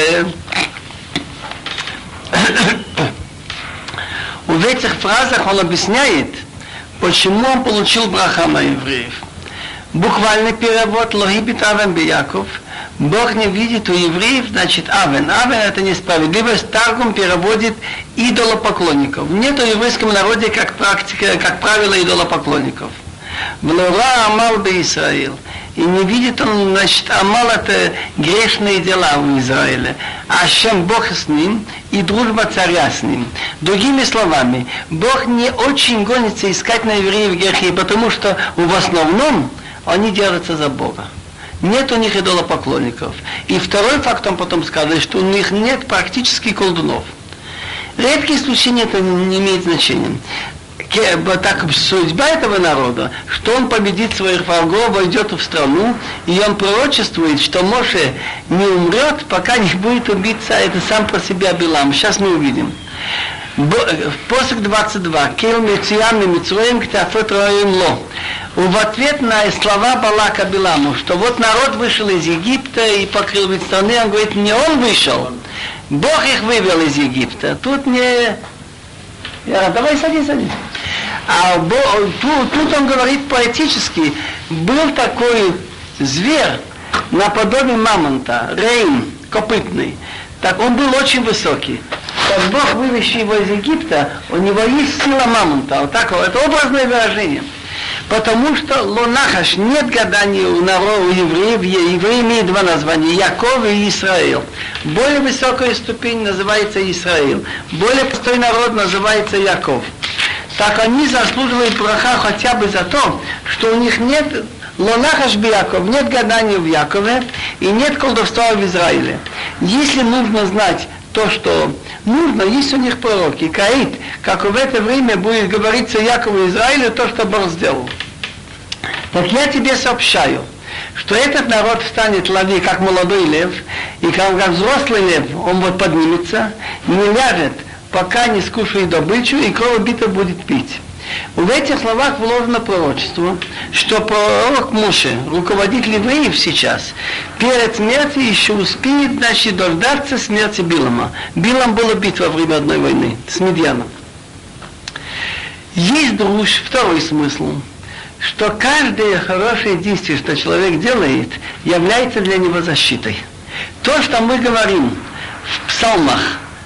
В этих фразах он объясняет, почему он получил браха на евреев. Буквальный перевод «Логибит Авен Бьяков». Бог не видит у евреев, значит, Авен. Авен — это несправедливость. Таргум переводит идолопоклонников. Нет у еврейском народе как практика, как правило, идолопоклонников. Влора Амал бе Исраил. И не видит он, значит, Амал — это грешные дела в Израиле. А чем Бог с ним и дружба царя с ним. Другими словами, Бог не очень гонится искать на евреев грехи, потому что в основном они держатся за Бога. Нет у них идолопоклонников. И второй факт, он потом сказал, что у них нет практически колдунов. Редкие исключения это не имеет значения. Так судьба этого народа, что он победит своих врагов, войдет в страну, и он пророчествует, что Моше не умрет, пока не будет убиться, это сам по себе Билам. Сейчас мы увидим. Посук 22. Кил мециям мицроим ктафот роим ло. В ответ на слова Балака Биламу, что вот народ вышел из Египта и покрыл вид страны, он говорит, не он вышел, Бог их вывел из Египта. Тут не... Давай садись. А тут он говорит поэтически, был такой зверь наподобие мамонта, рейн, копытный. Так он был очень высокий. Так Бог, вывезший его из Египта, у него есть сила мамонта. Вот так, это образное выражение. Потому что лонахаш, нет гадания у народа, у евреев. Евреи имеют два названия, Яков и Израиль. Более высокая ступень называется Израиль. Более простой народ называется Яков. Так они заслуживают браха хотя бы за то, что у них нет лонахаш би Яков, нет гадания в Якове и нет колдовства в Израиле. Если нужно знать то, что нужно, есть у них пророки, Каид, как в это время будет говориться Якову и Израилю то, что Бог сделал. Так я тебе сообщаю, что этот народ станет лови, как молодой лев, и как взрослый лев, он вот поднимется, не ляжет, пока не скушает добычу, и кровь бита будет пить. В этих словах вложено пророчество, что пророк Моше, руководитель евреев сейчас, перед смертью еще успеет, значит, дождаться смерти Билама. Билам была битва во время одной войны с Медьяном. Есть второй смысл, что каждое хорошее действие, что человек делает, является для него защитой. То, что мы говорим в Псалмах,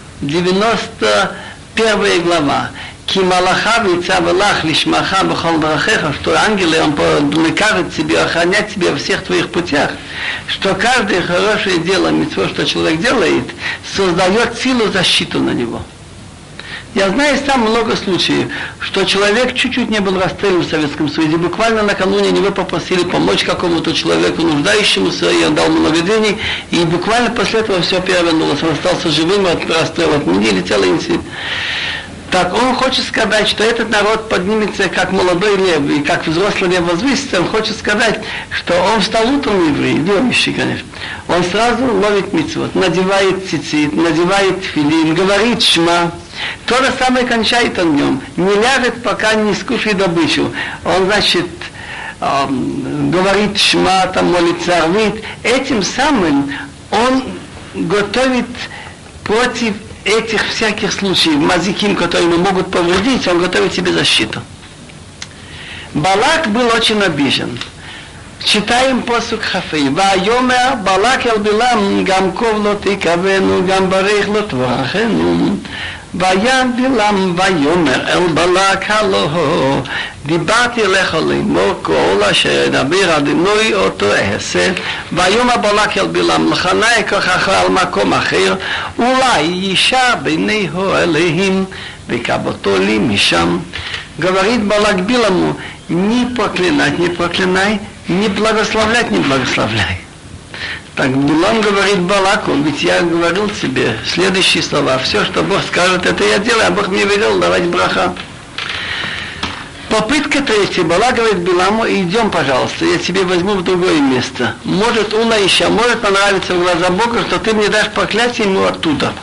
91 глава, Кималаха вицавелах лишмаха бхол драхеха, что ангелы, он накажет тебе, охранять тебя во всех твоих путях, что каждое хорошее дело, митцво, что человек делает, создает силу защиты на него. Я знаю сам много случаев, что человек чуть-чуть не был расстрелян в Советском Союзе, буквально накануне него попросили помочь какому-то человеку нуждающемуся, и он дал много денег, и буквально после этого все перевернулось, он остался живым от расстрела, отменили целый институт. Так он хочет сказать, что этот народ поднимется как молодой лев, и как взрослый лев возвысится, он хочет сказать, что он стал утром еврей, верующий, конечно. Он сразу ловит мицвот, надевает цицит, надевает тфилин, говорит шма. То же самое кончает он днем. Не ляжет, пока не скушает добычу. Он, значит, говорит шма, там молится, арвит. Этим самым он готовит против этих всяких случаев, мазиким, которые могут повредить, он готовит себе защиту. Балак был очень обижен. Читаем посук Хафей. Вайомер Балак эл Билам гамков лот икавену гамбарех лот варахену. Ваян Билам ויאמר אל בלק הלא דיברתי אליך לאמור כל אשר ידבר אדוני אותו אעשה. ויאמר בלק אל בלעם לכנה אקחך על מקום אחר אולי יישא ביניהו אליהם וקבותו לי משם. Говорит Балак Биламу, не проклинать, не проклинай, не благословлять, не благословляй. Так Билам говорит Балаку, ведь я говорил тебе следующие слова. Все, что Бог скажет, это я делаю, а Бог мне велел давать браха. Попытка третья. Балак говорит Биламу, идем, пожалуйста, я тебе возьму в другое место. Может, Ула еще, может понравиться в глаза Бога, что ты мне дашь проклятие ему оттуда.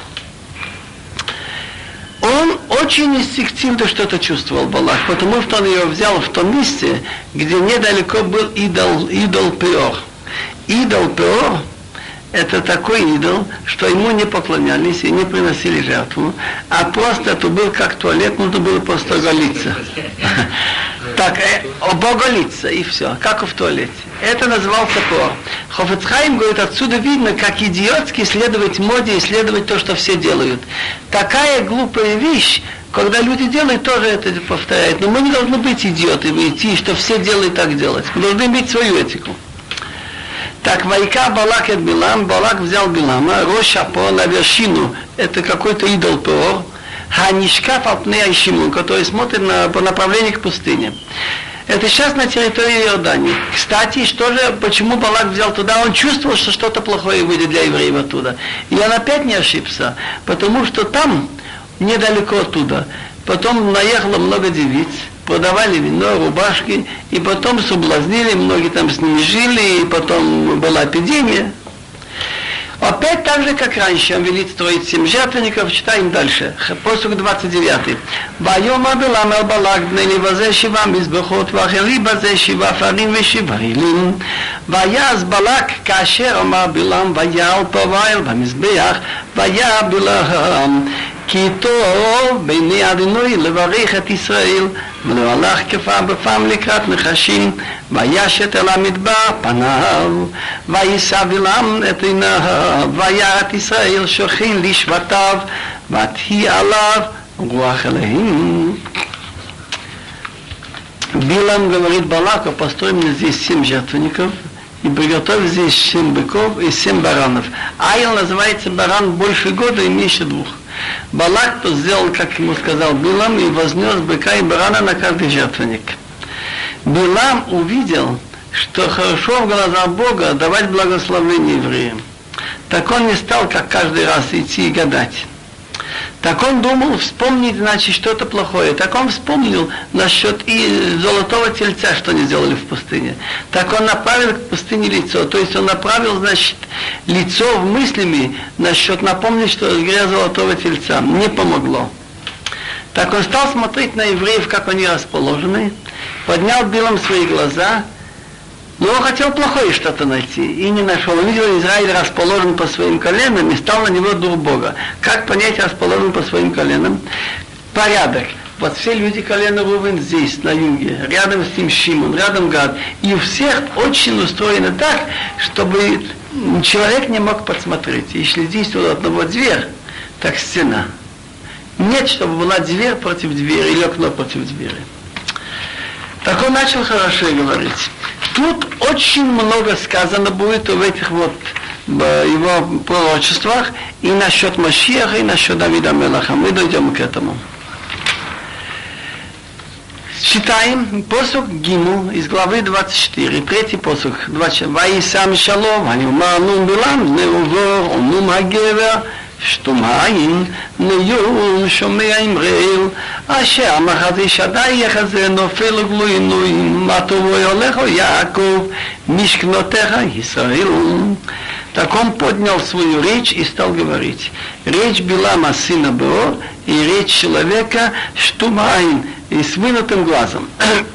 Он очень инстинктивно что-то чувствовал, Балак, потому что он ее взял в том месте, где недалеко был идол Пеор. Идол Пеор – это такой идол, что ему не поклонялись и не приносили жертву, а просто это был как туалет, нужно было просто голиться. Так, оголиться и все, как в туалете. Это назывался Пеор. Хофец Хаим говорит, отсюда видно, как идиотски следовать моде и следовать то, что все делают. Такая глупая вещь, когда люди делают, тоже это повторяют. Но мы не должны быть идиотами, идти, что все делают так делать. Мы должны иметь свою этику. Так, Вайка Балак от Билам, Балак взял Билама, Рошапо на вершину, это какой-то идол Пеор, Ханишкаф Апнея Шимон, который смотрит по направлению к пустыне. Это сейчас на территории Иордании. Кстати, почему Балак взял туда? Он чувствовал, что что-то плохое выйдет для евреев оттуда. И он опять не ошибся, потому что там, недалеко оттуда, потом наехало много девиц, продавали вино, рубашки, и потом соблазнили, многие там с ними жили, и потом была эпидемия. Опять так же, как раньше, он велит строить 7 жертвенников, читаем дальше. Посук 29. Вайома Билам эл Балак бней לבזה 7 מזבחות ואכלי בזה 7 עפרים ו7 עילים. ויעש בלק כאשר אמר בלעם ויעל פועל במזבח ויעל בלעם כי טוב בעיני אדוני לברך את ישראל ולא הלך כפעם בפעם לקראת נחשים וישת אל המדבר פניו ויישא בלעם את עיניו וירא את ישראל שוכן לשבטיו ותהי עליו רוח אלוהים. Билам говорит Балаку: построй мне здесь 7 жертвенников и приготовь здесь 7 быков и 7 баранов. Айл называется баран больше года и меньше 2. Балак то сделал, как ему сказал Билам, и вознес быка и барана на каждый жертвенник. Билам увидел, что хорошо в глазах Бога давать благословение евреям. Так он не стал, как каждый раз, идти и гадать. Так он думал вспомнить, значит, что-то плохое. Так он вспомнил насчет и золотого тельца, что они сделали в пустыне. Так он направил к пустыне лицо. То есть он направил, значит, лицо в мыслями насчет напомнить, что грех золотого тельца. Не помогло. Так он стал смотреть на евреев, как они расположены, поднял Билам свои глаза, но он хотел плохое что-то найти и не нашел. Он видел, Израиль расположен по своим коленам и стал на него дух Бога. Как понять расположен по своим коленам? Порядок. Вот все люди колена Рувен здесь, на юге, рядом с ним Шимон, рядом Гад. И у всех очень устроено так, чтобы человек не мог подсмотреть. Если здесь у одного дверь, так стена. Нет, чтобы была дверь против двери или окно против двери. Так он начал хорошо говорить. Тут очень много сказано будет в этих вот его пророчествах и насчет Машиаха, и насчет Давида Мелаха. Мы дойдем к этому. Читаем посук Гиму из главы 24, третий посук. Ваисам шалом, ванимар нум билам, неувор, нум агевер, שתום העין ניון שומע אמרל אשר המחזה שדי יחזה נופל וגלוינוין מה טובו הולך יעקב משכנותיך ישראל. Так он поднял свою речь и стал говорить. Речь Билама сына Беор и речь человека штумаин и с вынутым глазом.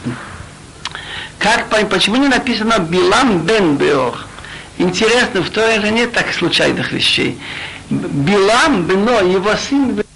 Почему не написано Билам бен Беор? Интересно, в Торе же нет так случайных вещей. Билам, Бено, его сын